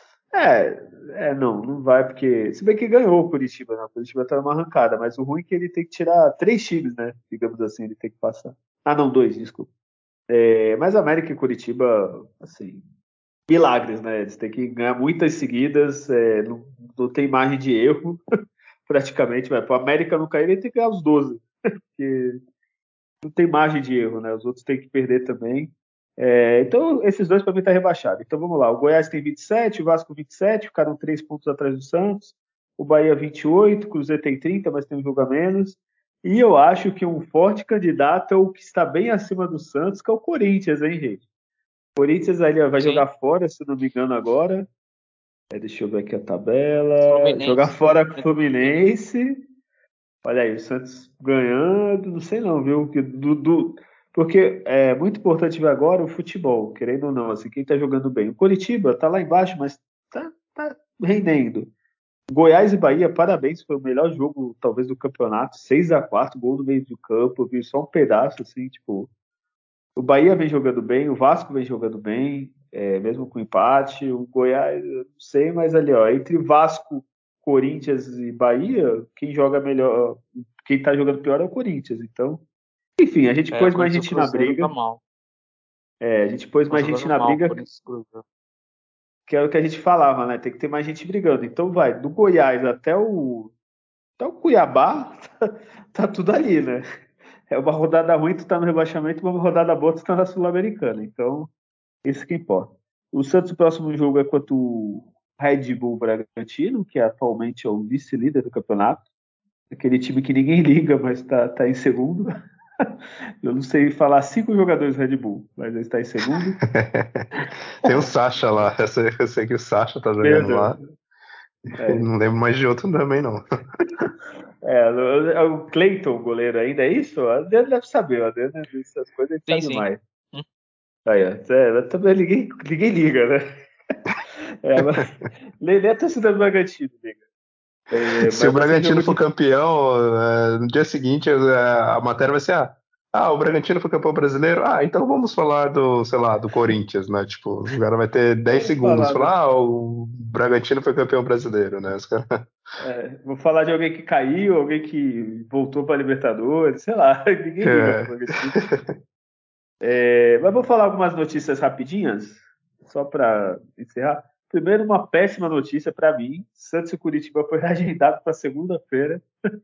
É, é, não, não vai, porque. Se bem que ganhou o Curitiba, né? O Curitiba tá numa arrancada, mas o ruim é que ele tem que tirar três times, né? Digamos assim, ele tem que passar. Ah, não, dois, desculpa. É, mas América e Curitiba, assim, milagres, né? Eles têm que ganhar muitas seguidas, é, não, não tem margem de erro, praticamente. Mas para o América não cair, ele tem que ganhar os doze, porque não tem margem de erro, né? Os outros têm que perder também. É, então, esses dois para mim tá rebaixado. Então vamos lá. O Goiás tem vinte e sete, o Vasco vinte e sete, ficaram três pontos atrás do Santos. O Bahia vinte e oito, o Cruzeiro tem trinta, mas tem um jogo a menos. E eu acho que um forte candidato é o que está bem acima do Santos, que é o Corinthians, hein, gente? O Corinthians ali ó, vai Sim. jogar fora, se não me engano, agora. É, deixa eu ver aqui a tabela. Jogar Fluminense. fora com o Fluminense. Olha aí, o Santos ganhando, não sei não, viu? Que do, do- porque é muito importante ver agora o futebol, querendo ou não, assim, quem tá jogando bem. O Coritiba tá lá embaixo, mas tá, tá rendendo. Goiás e Bahia, parabéns, foi o melhor jogo, talvez, do campeonato. Seis a quatro, gol no meio do campo, eu vi só um pedaço, assim, tipo. O Bahia vem jogando bem, o Vasco vem jogando bem, é, mesmo com empate. O Goiás, eu não sei, mas ali, ó, entre Vasco, Corinthians e Bahia, quem joga melhor, quem tá jogando pior é o Corinthians. Então, enfim, a gente É, o pôs mais Corinthians e o gente na Cruzeiro tá briga. mal. É, a gente pôs Tá mais gente jogando na mal o briga, Corinthians e o Cruzeiro. que é o que a gente falava, né? Tem que ter mais gente brigando. Então, vai, do Goiás até o, até o Cuiabá, tá, tá tudo ali, né? É uma rodada ruim, tu tá no rebaixamento, uma rodada boa, tu tá na Sul-Americana. Então, isso que importa. O Santos, o próximo jogo é contra o Red Bull Bragantino, que atualmente é o vice-líder do campeonato. Aquele time que ninguém liga, mas está tá em segundo. Eu não sei falar cinco jogadores Red Bull, mas ele está em segundo. Tem o Sacha lá, eu sei, eu sei que o Sacha tá Meu jogando Deus. lá. É, Não lembro mais de outro também, não. é, o o Cleiton, o goleiro ainda, é isso? A Adriano deve saber, a Adriano, essas coisas a gente Sim, sabe sim. mais. Hum, Aí, ó, é, também ninguém, ninguém liga, né? É, mas, nem nem a torcida do Bragantino liga. É, Se o mas vai ser Bragantino jogo for de. campeão, é, no dia seguinte é, a matéria vai ser: ah, ah, o Bragantino foi campeão brasileiro. Ah, então vamos falar do, sei lá, do Corinthians, né? Tipo, o cara vai ter dez Vamos segundos falar, pra né? falar: ah, o Bragantino foi campeão brasileiro, né? Os caras... É, vou falar de alguém que caiu, alguém que voltou para Libertadores, sei lá, ninguém liga pro É. Bragantino. É, mas vou falar algumas notícias rapidinhas, só para encerrar. Primeiro, uma péssima notícia para mim: Santos e Curitiba foi agendado para segunda-feira.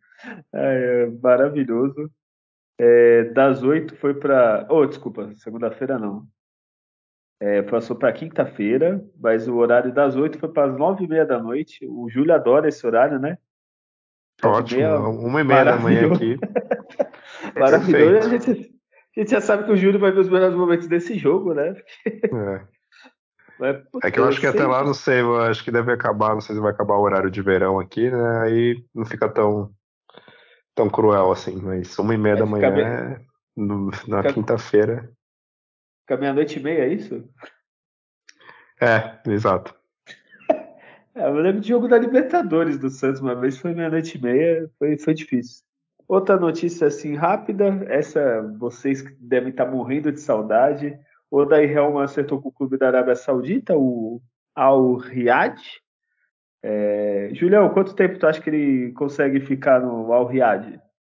É, maravilhoso. É, das oito foi para. Oh, desculpa, segunda-feira não. É, passou para quinta-feira, mas o horário das oito foi para as nove e meia da noite. O Júlio adora esse horário, né? Nove e Ótimo, meia, uma e meia da manhã maravilhoso. aqui, Maravilhoso. A perfeito. gente, a gente já sabe que o Júlio vai ver os melhores momentos desse jogo, né? É. Mas, É que puta, eu eu acho que até lá, sempre. não sei, eu acho que deve acabar, não sei se vai acabar o horário de verão aqui, né? Aí não fica tão, tão cruel assim, mas uma e meia Vai da ficar manhã bem. é no, na Fica, quinta-feira. fica meia-noite e meia, é isso? É, exato. É, eu lembro de jogo da Libertadores do Santos, uma vez foi meia-noite e meia, foi, foi difícil. Outra notícia assim rápida, essa vocês que devem estar morrendo de saudade. O Odair Helman acertou com o clube da Arábia Saudita, o Al Riyad. É, Julião, quanto tempo tu acha que ele consegue ficar no Al Riyad?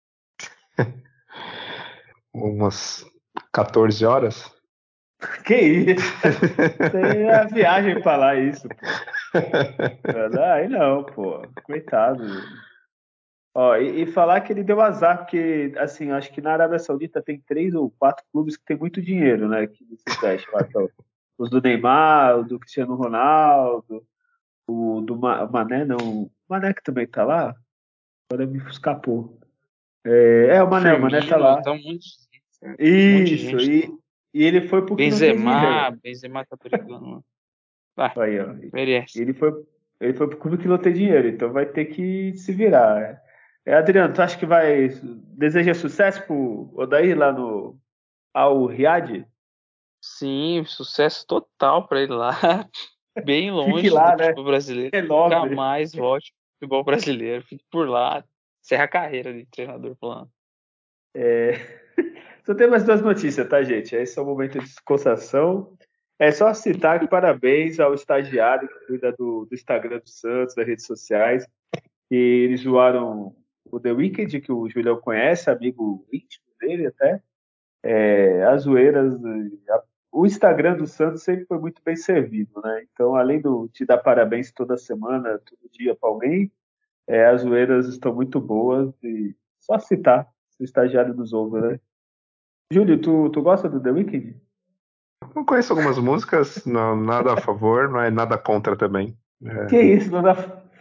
Umas quatorze horas. Que isso? Isso aí é a viagem pra lá, isso, pô. Aí não, pô. Coitado. Ó, e, e falar que ele deu azar, porque, assim, acho que na Arábia Saudita tem três ou quatro clubes que tem muito dinheiro, né? Que se investe lá. Então, os do Neymar, o do Cristiano Ronaldo, o do Ma- Mané, não. O Mané que também tá lá? Agora me escapou. É, é, o Mané, o Mané tá Firmino, lá. tá um monte de gente. Um monte de Isso, gente. e, e ele foi pro que não tem Benzema, dinheiro. Benzema tá brigando. Vai, Aí, ó. merece. Ele foi, ele foi pro clube que não tem dinheiro, então vai ter que se virar. É, Adriano, tu acha que vai. Deseja sucesso pro Odair lá no Al Riyad? Sim, sucesso total pra ele lá. Bem Fique longe do lá, né? futebol brasileiro. Nunca Renove. mais volte pro futebol brasileiro. Fique por lá. Encerra a carreira de treinador por lá. Só tem mais duas notícias, tá, gente? Esse é o momento de descontração. É só citar que parabéns ao estagiário que cuida do, do Instagram do Santos, das redes sociais. E eles zoaram o The Weeknd, que o Julião conhece, amigo íntimo dele até. É, as zoeiras, a- o Instagram do Santos sempre foi muito bem servido, né? Então, além do te dar parabéns toda semana, todo dia para alguém, é, as zoeiras estão muito boas e só citar, se o estagiário nos ouve, né? Júlio, tu, tu gosta do The Weeknd? Eu conheço algumas músicas, não, nada a favor, não é nada contra também. Que É, isso, nada,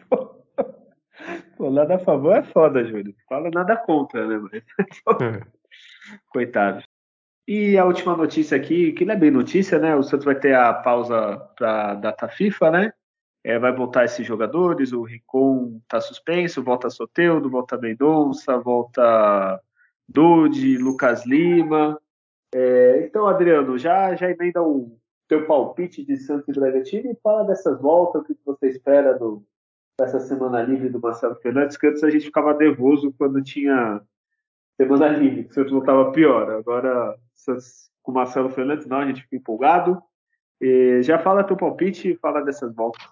pô, nada a favor é foda, Júlio. Fala nada contra, né? Mas... é. Coitado. E a última notícia aqui, que não é bem notícia, né? O Santos vai ter a pausa para data FIFA, né? É, vai voltar esses jogadores, o Ricon está suspenso, volta Soteldo, volta Mendonça, volta Dodi, Lucas Lima. É, então, Adriano, já, já emenda o teu palpite de Santos e Bragantino e fala dessas voltas, o que você espera do, dessa semana livre do Marcelo Fernandes, que antes a gente ficava nervoso quando tinha semana livre, que o Santos voltava pior. Agora, Santos, com o Marcelo Fernandes, não, a gente fica empolgado. E já fala teu palpite e fala dessas voltas.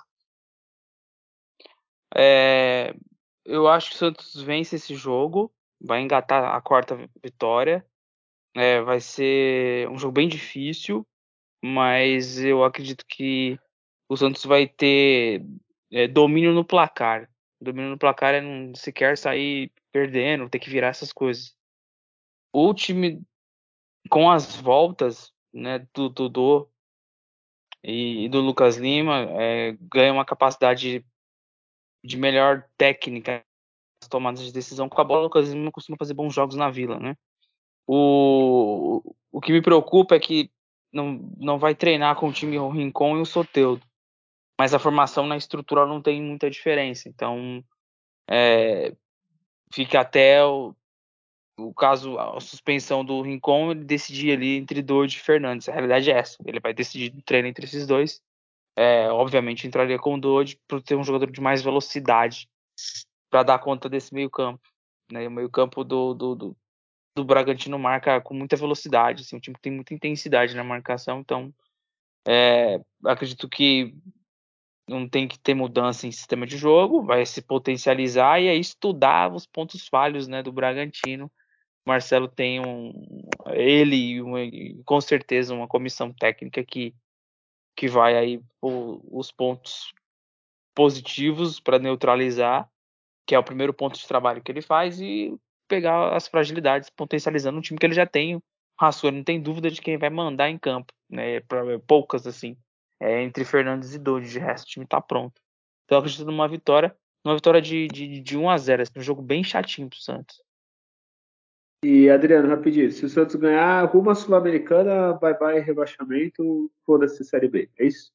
É, eu acho que o Santos vence esse jogo. Vai engatar a quarta vitória. É, vai ser um jogo bem difícil, mas eu acredito que o Santos vai ter é, domínio no placar. Domínio no placar é não sequer sair perdendo, ter que virar essas coisas. O time com as voltas, né, do Dodô e, e do Lucas Lima é, ganha uma capacidade de melhor técnica nas tomadas de decisão. Com a bola, o Lucas Lima costuma fazer bons jogos na Vila, né? O, o que me preocupa é que não, não vai treinar com o time o Rincon e o Soteldo. Mas a formação na estrutura não tem muita diferença. Então, é, fica até o, o caso, a suspensão do Rincon, ele decidir ali entre Dodge e Fernandes. A realidade é essa. Ele vai decidir o treino entre esses dois. É, obviamente, entraria com o Dodge por ter um jogador de mais velocidade para dar conta desse meio campo. Né? O meio campo do, do, do, do Bragantino marca com muita velocidade. Assim, um time que tem muita intensidade na marcação. Então, é, acredito que não tem que ter mudança em sistema de jogo, vai se potencializar e aí estudar os pontos falhos, né, do Bragantino. O Marcelo tem um, ele e uma, com certeza uma comissão técnica que, que vai aí por, os pontos positivos para neutralizar, que é o primeiro ponto de trabalho que ele faz, e pegar as fragilidades, potencializando um time que ele já tem. O Rassuelo não tem dúvida de quem vai mandar em campo, né? Pra, poucas assim, é, entre Fernandes e Dodi, de resto o time tá pronto. Então eu acredito numa vitória, uma vitória de, de, de um a zero, assim, um jogo bem chatinho pro Santos. E, Adriano, rapidinho, se o Santos ganhar, rumo à Sul-Americana, bye bye rebaixamento, foda-se Série B, é isso?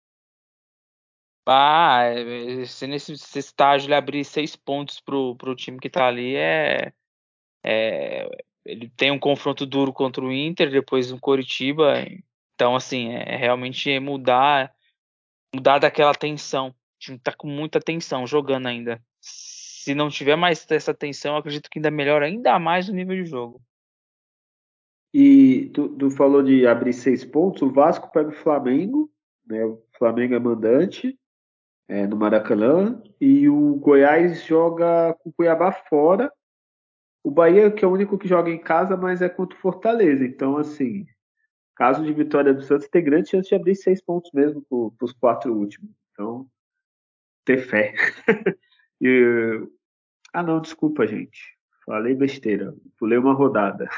Ah, é, se nesse estágio ele abrir seis pontos pro, pro time que tá ali, é, é, ele tem um confronto duro contra o Inter, depois no Coritiba. Então, assim, é realmente mudar, mudar daquela tensão. O time tá com muita tensão jogando ainda. Se não tiver mais essa tensão, eu acredito que ainda melhora ainda mais o nível de jogo. E tu, tu falou de abrir seis pontos, o Vasco pega o Flamengo, né? O Flamengo é mandante, é, no Maracanã, e o Goiás joga com o Cuiabá fora. O Bahia, que é o único que joga em casa, mas é contra o Fortaleza. Então, assim, caso de vitória do Santos, tem grande chance de abrir seis pontos mesmo para os quatro últimos. Então, ter fé. E, ah, não, desculpa, gente. Falei besteira. Pulei uma rodada.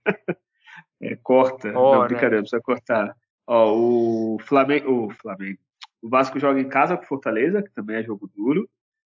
É, corta. Não, Ora, brincadeira, precisa cortar. Ó, o Flamengo, o Flamengo. O Vasco joga em casa com o Fortaleza, que também é jogo duro.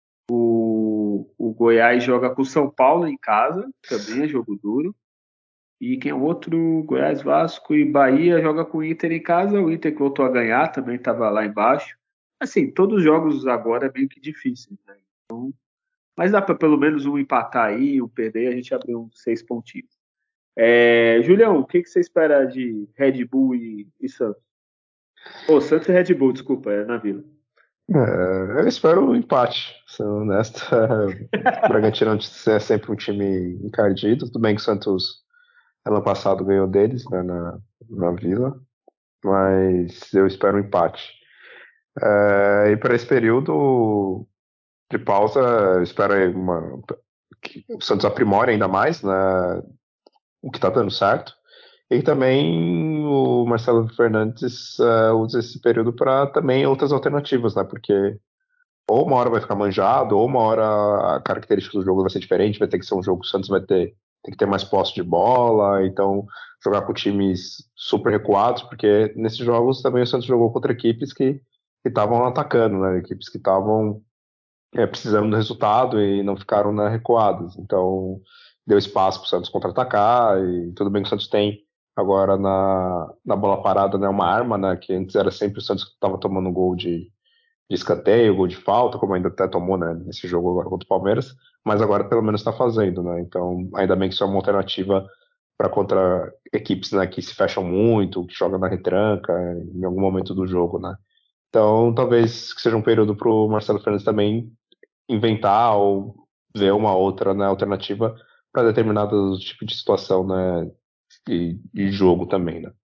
O, o Goiás joga com o São Paulo em casa, também é jogo duro. E quem é o outro? Goiás, Vasco e Bahia joga com o Inter em casa. O Inter que voltou a ganhar, também estava lá embaixo. Assim, todos os jogos agora é meio que difíceis, né? Mas dá para pelo menos um empatar aí, um perder, a gente abrir uns seis pontinhos. É, Julião, o que, que você espera de Red Bull e, e Santos? Ô, Santos e Red Bull, desculpa, é na Vila. É, eu espero um empate, sendo honesto. O Bragantino é sempre um time encardido. Tudo bem que o Santos, ano passado, ganhou deles, né, na, na Vila, mas eu espero um empate. É, e para esse período de pausa, eu espero aí uma, que o Santos aprimore ainda mais, né, o que está dando certo. E também o Marcelo Fernandes uh, usa esse período para também outras alternativas, né? Porque ou uma hora vai ficar manjado, ou uma hora a característica do jogo vai ser diferente, vai ter que ser um jogo que o Santos vai ter, tem que ter mais posse de bola, então jogar com times super recuados, porque nesses jogos também o Santos jogou contra equipes que estavam atacando, né? Equipes que estavam é, precisando do resultado e não ficaram, né, recuadas. Então deu espaço para o Santos contra-atacar, e tudo bem que o Santos tem agora na, na bola parada, né, uma arma, né, que antes era sempre o Santos que estava tomando gol de, de escanteio, gol de falta, como ainda até tomou, né, nesse jogo agora contra o Palmeiras, mas agora pelo menos está fazendo, né, então ainda bem que isso é uma alternativa para contra equipes, né, que se fecham muito, que jogam na retranca em algum momento do jogo, né. Então talvez que seja um período para o Marcelo Fernandes também inventar ou ver uma outra, né, alternativa para determinado tipo de situação, né, e, e jogo também, né.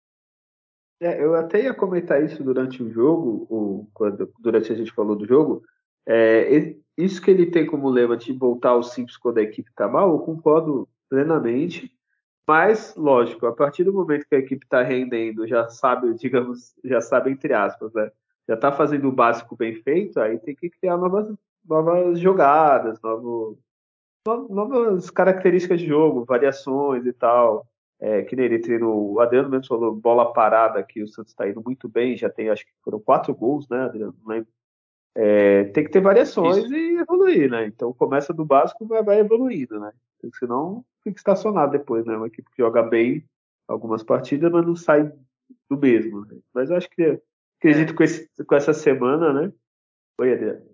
É, eu até ia comentar isso durante o jogo, ou quando, durante a gente falou do jogo. É, e- isso que ele tem como lema de voltar ao simples quando a equipe está mal, eu concordo plenamente. Mas, lógico, a partir do momento que a equipe está rendendo, já sabe, digamos, já sabe entre aspas, né? Já está fazendo o básico bem feito, aí tem que criar novas, novas jogadas, novo, no- novas características de jogo, variações e tal. É, que nem ele treinou, o Adriano mesmo falou, bola parada, que o Santos está indo muito bem, já tem, acho que foram quatro gols, né, Adriano? Não lembro. É, tem que ter variações isso. e evoluir, né? Então começa do básico, vai, vai evoluindo, né? Porque senão fica estacionado depois, né? Uma equipe que joga bem algumas partidas, mas não sai do mesmo, né? Mas eu acho que acredito É, com, esse, com essa semana, né? Oi, Adriano.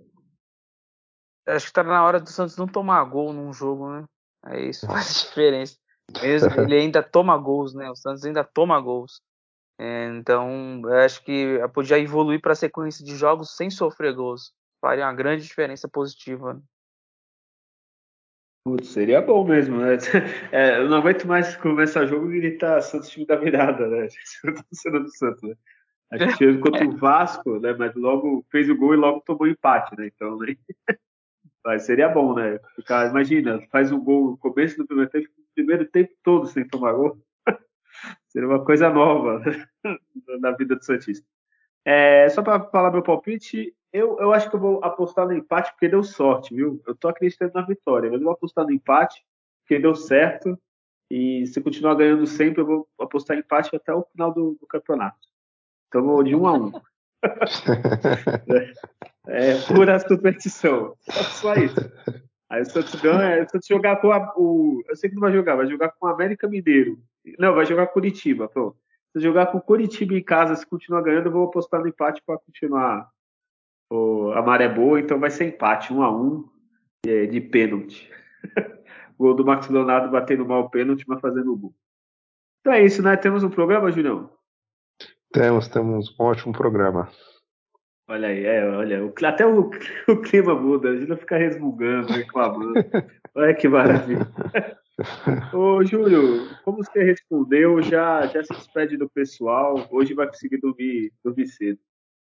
acho que tá na hora do Santos não tomar gol num jogo, né? Aí isso faz diferença. Mesmo ele ainda toma gols, né? O Santos ainda toma gols. É, então, eu acho que podia evoluir para a sequência de jogos sem sofrer gols. Faria uma grande diferença positiva, né? Putz, seria bom mesmo, né? É, eu não aguento mais começar jogo e gritar Santos time da virada, né? Eu tô torcedor do Santos, né? Acho que tivemos contra o Vasco, né? Mas logo fez o gol e logo tomou empate, né? Então, né? Mas seria bom, né? Ficar, imagina, faz um gol no começo do primeiro tempo, o primeiro tempo todo sem tomar gol. Seria uma coisa nova na vida do Santista. É, só para falar meu palpite, eu, eu acho que eu vou apostar no empate porque deu sorte, viu? Eu tô acreditando na vitória, mas eu vou apostar no empate porque deu certo. E se continuar ganhando sempre, eu vou apostar em empate até o final do, do campeonato. Então, eu vou de um a um. É pura superstição. Só, só isso. Aí o Santos ganha, o Santos jogar com a, o. Eu sei que não vai jogar, vai jogar com o América Mineiro. Não, vai jogar com Curitiba, pronto. Se jogar com Curitiba em casa, se continuar ganhando, eu vou apostar no empate para continuar o, a maré boa, então vai ser empate, um a um, é, de pênalti. Gol do Marcos Leonardo batendo mal o pênalti, mas fazendo o gol. Então é isso, né? Temos um programa, Julião? Temos, temos um ótimo programa. Olha aí, é, olha, o, até o, o clima muda, a gente não fica resmungando, reclamando. Olha que maravilha. Ô, Júlio, como você respondeu, já, já se despede do pessoal. Hoje vai conseguir dormir, dormir cedo.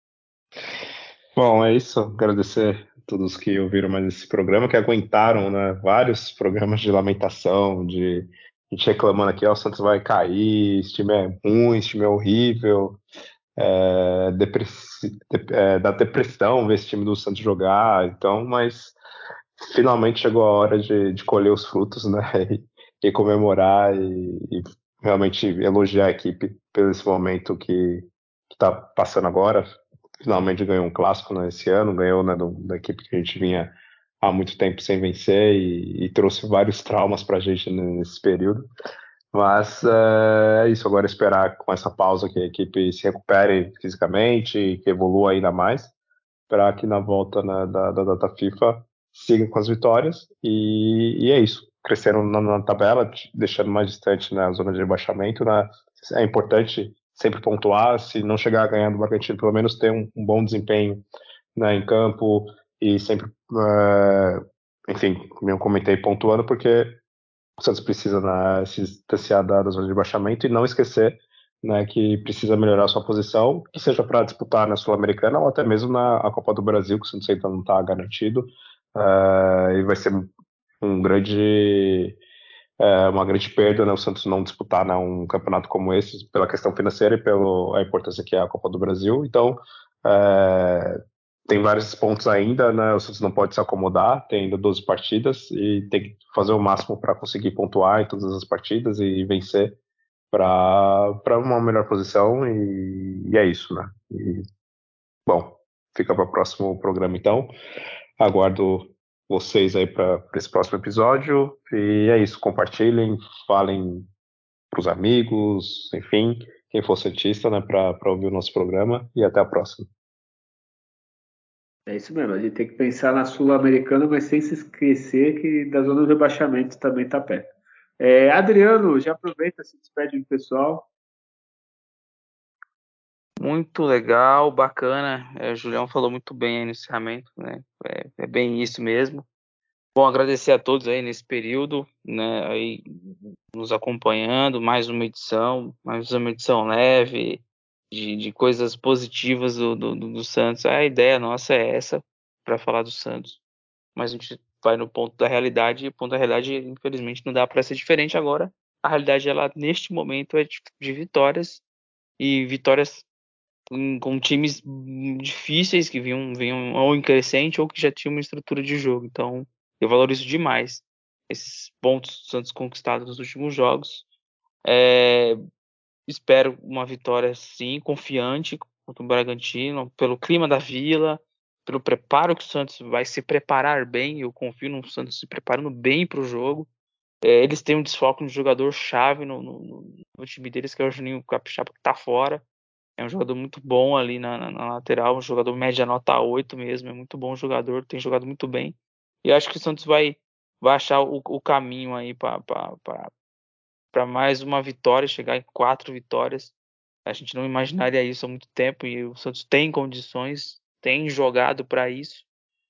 Bom, é isso. Agradecer a todos que ouviram mais esse programa, que aguentaram, né, vários programas de lamentação, de gente reclamando aqui, ó, o Santos vai cair, esse time é ruim, esse time é horrível, é, depressi- de- é, dá depressão ver esse time do Santos jogar. Então, mas finalmente chegou a hora de, de colher os frutos, né, e, e comemorar e, e realmente elogiar a equipe pelo esse momento que está passando agora. Finalmente ganhou um clássico, né, esse ano, ganhou, né, do- da equipe que a gente vinha há muito tempo sem vencer e, e trouxe vários traumas para a gente nesse período. Mas é, é isso, agora esperar com essa pausa que a equipe se recupere fisicamente e que evolua ainda mais, para que na volta, né, da, da data FIFA siga com as vitórias e, e é isso, crescendo na, na tabela, deixando mais distante, né, a zona de rebaixamento, né, é importante sempre pontuar, se não chegar ganhando o Bragantino, pelo menos ter um, um bom desempenho, né, em campo e sempre, é, enfim, como eu comentei, pontuando, porque o Santos precisa, né, se distanciar da, da zona de rebaixamento e não esquecer, né, que precisa melhorar a sua posição, que seja para disputar na Sul-Americana ou até mesmo na a Copa do Brasil, que o Santos ainda não está garantido. Uh, e vai ser um grande, uh, uma grande perda, né, o Santos não disputar, né, um campeonato como esse, pela questão financeira e pela importância que é a Copa do Brasil. Então, uh, tem vários pontos ainda, né? O Santos não pode se acomodar, tem ainda doze partidas e tem que fazer o máximo para conseguir pontuar em todas as partidas e vencer para uma melhor posição e, e é isso, né? E, bom, fica para o próximo programa então. Aguardo vocês aí para esse próximo episódio e é isso. Compartilhem, falem para os amigos, enfim, quem for cientista, né? Para ouvir o nosso programa e até a próxima. É isso mesmo, a gente tem que pensar na Sul-Americana, mas sem se esquecer que da zona de rebaixamento também está perto. É, Adriano, já aproveita, se despede do pessoal. Muito legal, bacana. É, o Julião falou muito bem aí no encerramento, né? É, é bem isso mesmo. Bom, agradecer a todos aí nesse período, né? Aí nos acompanhando, mais uma edição, mais uma edição leve, de, de coisas positivas do, do, do Santos. A ideia nossa é essa, para falar do Santos. Mas a gente vai no ponto da realidade, e o ponto da realidade, infelizmente, não dá para ser diferente agora. A realidade, ela, neste momento, é de, de vitórias, e vitórias com, com times difíceis que vinham, vinham ou em crescente ou que já tinham uma estrutura de jogo. Então, eu valorizo demais esses pontos Santos conquistados nos últimos jogos. É, espero uma vitória, sim, confiante contra o Bragantino, pelo clima da Vila, pelo preparo que o Santos vai se preparar bem. Eu confio no Santos se preparando bem para o jogo. É, eles têm um desfoque no jogador-chave no, no, no time deles, que é o Juninho Capixaba, que está fora. É um jogador muito bom ali na, na, na lateral, um jogador média nota oito mesmo, é muito bom jogador, tem jogado muito bem. E eu acho que o Santos vai, vai achar o, o caminho aí para mais uma vitória, chegar em quatro vitórias. A gente não imaginaria isso há muito tempo e o Santos tem condições, tem jogado para isso.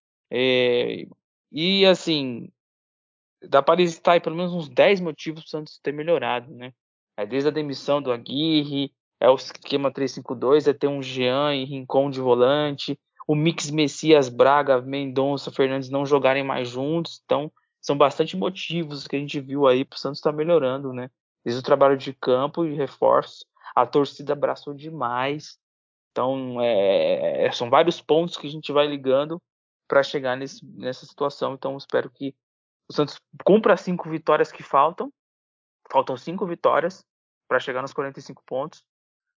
É, e assim, dá para listar aí pelo menos uns dez motivos para o Santos ter melhorado, né? É desde a demissão do Aguirre, é o esquema três cinco dois, é ter um Jean e Rincon de volante, o mix Messias, Braga, Mendonça, Fernandes não jogarem mais juntos. Então, são bastante motivos que a gente viu aí para o Santos estar tá melhorando, né? Desde o trabalho de campo e reforços, a torcida abraçou demais. Então, é, são vários pontos que a gente vai ligando para chegar nesse, nessa situação. Então, espero que o Santos cumpra as cinco vitórias que faltam. Faltam cinco vitórias para chegar nos quarenta e cinco pontos.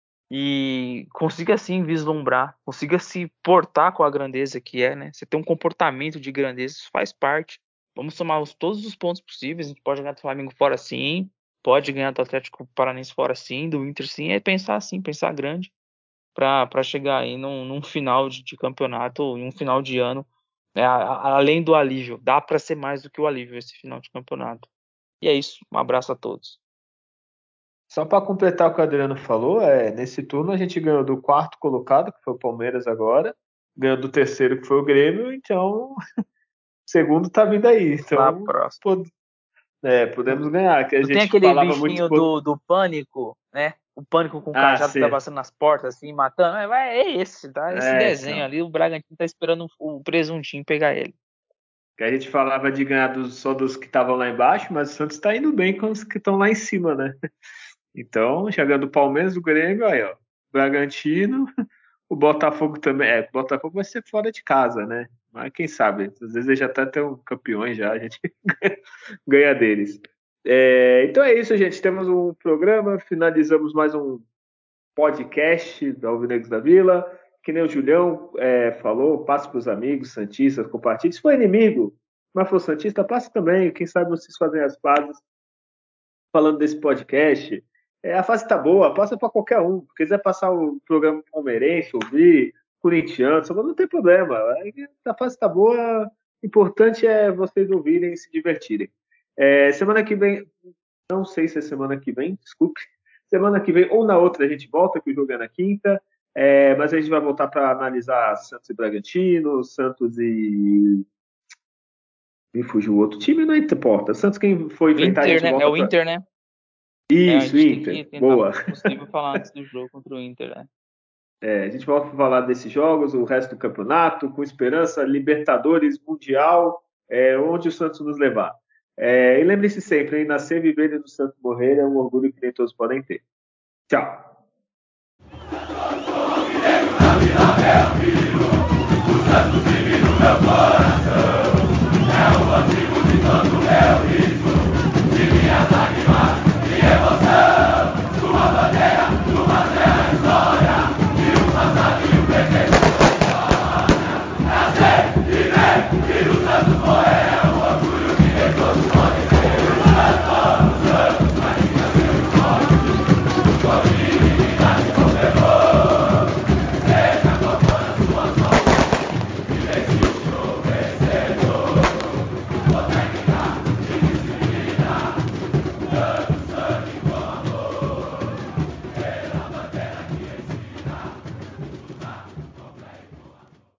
E consiga assim vislumbrar, consiga se portar com a grandeza que é, né? Você tem um comportamento de grandeza, isso faz parte. Vamos somar os, todos os pontos possíveis. A gente pode ganhar do Flamengo fora sim, pode ganhar do Atlético Paranaense fora sim, do Inter sim. É pensar assim, pensar grande para chegar aí num, num final de, de campeonato, em um final de ano, né? A, a, além do alívio. Dá para ser mais do que o alívio esse final de campeonato. E é isso. Um abraço a todos. Só para completar o que o Adriano falou, é, nesse turno a gente ganhou do quarto colocado, que foi o Palmeiras agora, ganhou do terceiro, que foi o Grêmio, então o segundo tá vindo aí. Lá Então, próximo. pod- é, podemos ganhar, que a Não tem gente aquele falava muito. bichinho do, do pânico, né? O pânico com o Ah, cajado que tá sim. passando nas portas, assim, matando. É, vai- é esse, tá? Esse É, desenho então. ali, o Bragantino tá esperando o presuntinho pegar ele. Que a gente falava de ganhar dos- só dos que estavam lá embaixo, mas o Santos está indo bem com os que estão lá em cima, né? Então, chegando o Palmeiras, o Grêmio, aí, ó. Bragantino, o Botafogo também. É, o Botafogo vai ser fora de casa, né? Mas quem sabe? Às vezes eles já até estão campeões já, a gente ganha deles. É, então é isso, gente. Temos um programa, finalizamos mais um podcast da Alvinegros da Vila. Que nem o Julião é, falou, passe para os amigos, Santistas, compartilhe. Se for inimigo, mas for Santista, passe também. Quem sabe vocês fazem as pazes falando desse podcast. É, a fase tá boa, passa para qualquer um. Se quiser passar o programa palmeirense, ouvir, corintiano, só não tem problema. A fase tá boa, o importante é vocês ouvirem e se divertirem. É, semana que vem, não sei se é semana que vem, desculpe. Semana que vem ou na outra a gente volta, que o jogo é na quinta. É, mas a gente vai voltar para analisar Santos e Bragantino, Santos e. Me fugiu o outro time, não importa. Santos, quem for enfrentar, a Inter, gente né? É volta o para. Inter, né? É, a Isso, gente tem que Inter. tentar o Boa. máximo possível falar antes do jogo contra o Inter, né? É, a gente volta para falar desses jogos, o resto do campeonato, com esperança, Libertadores, Mundial, é, onde o Santos nos levar. É, e lembre-se sempre, hein, nascer, viver e no Santos morrer é um orgulho que nem todos podem ter. Tchau.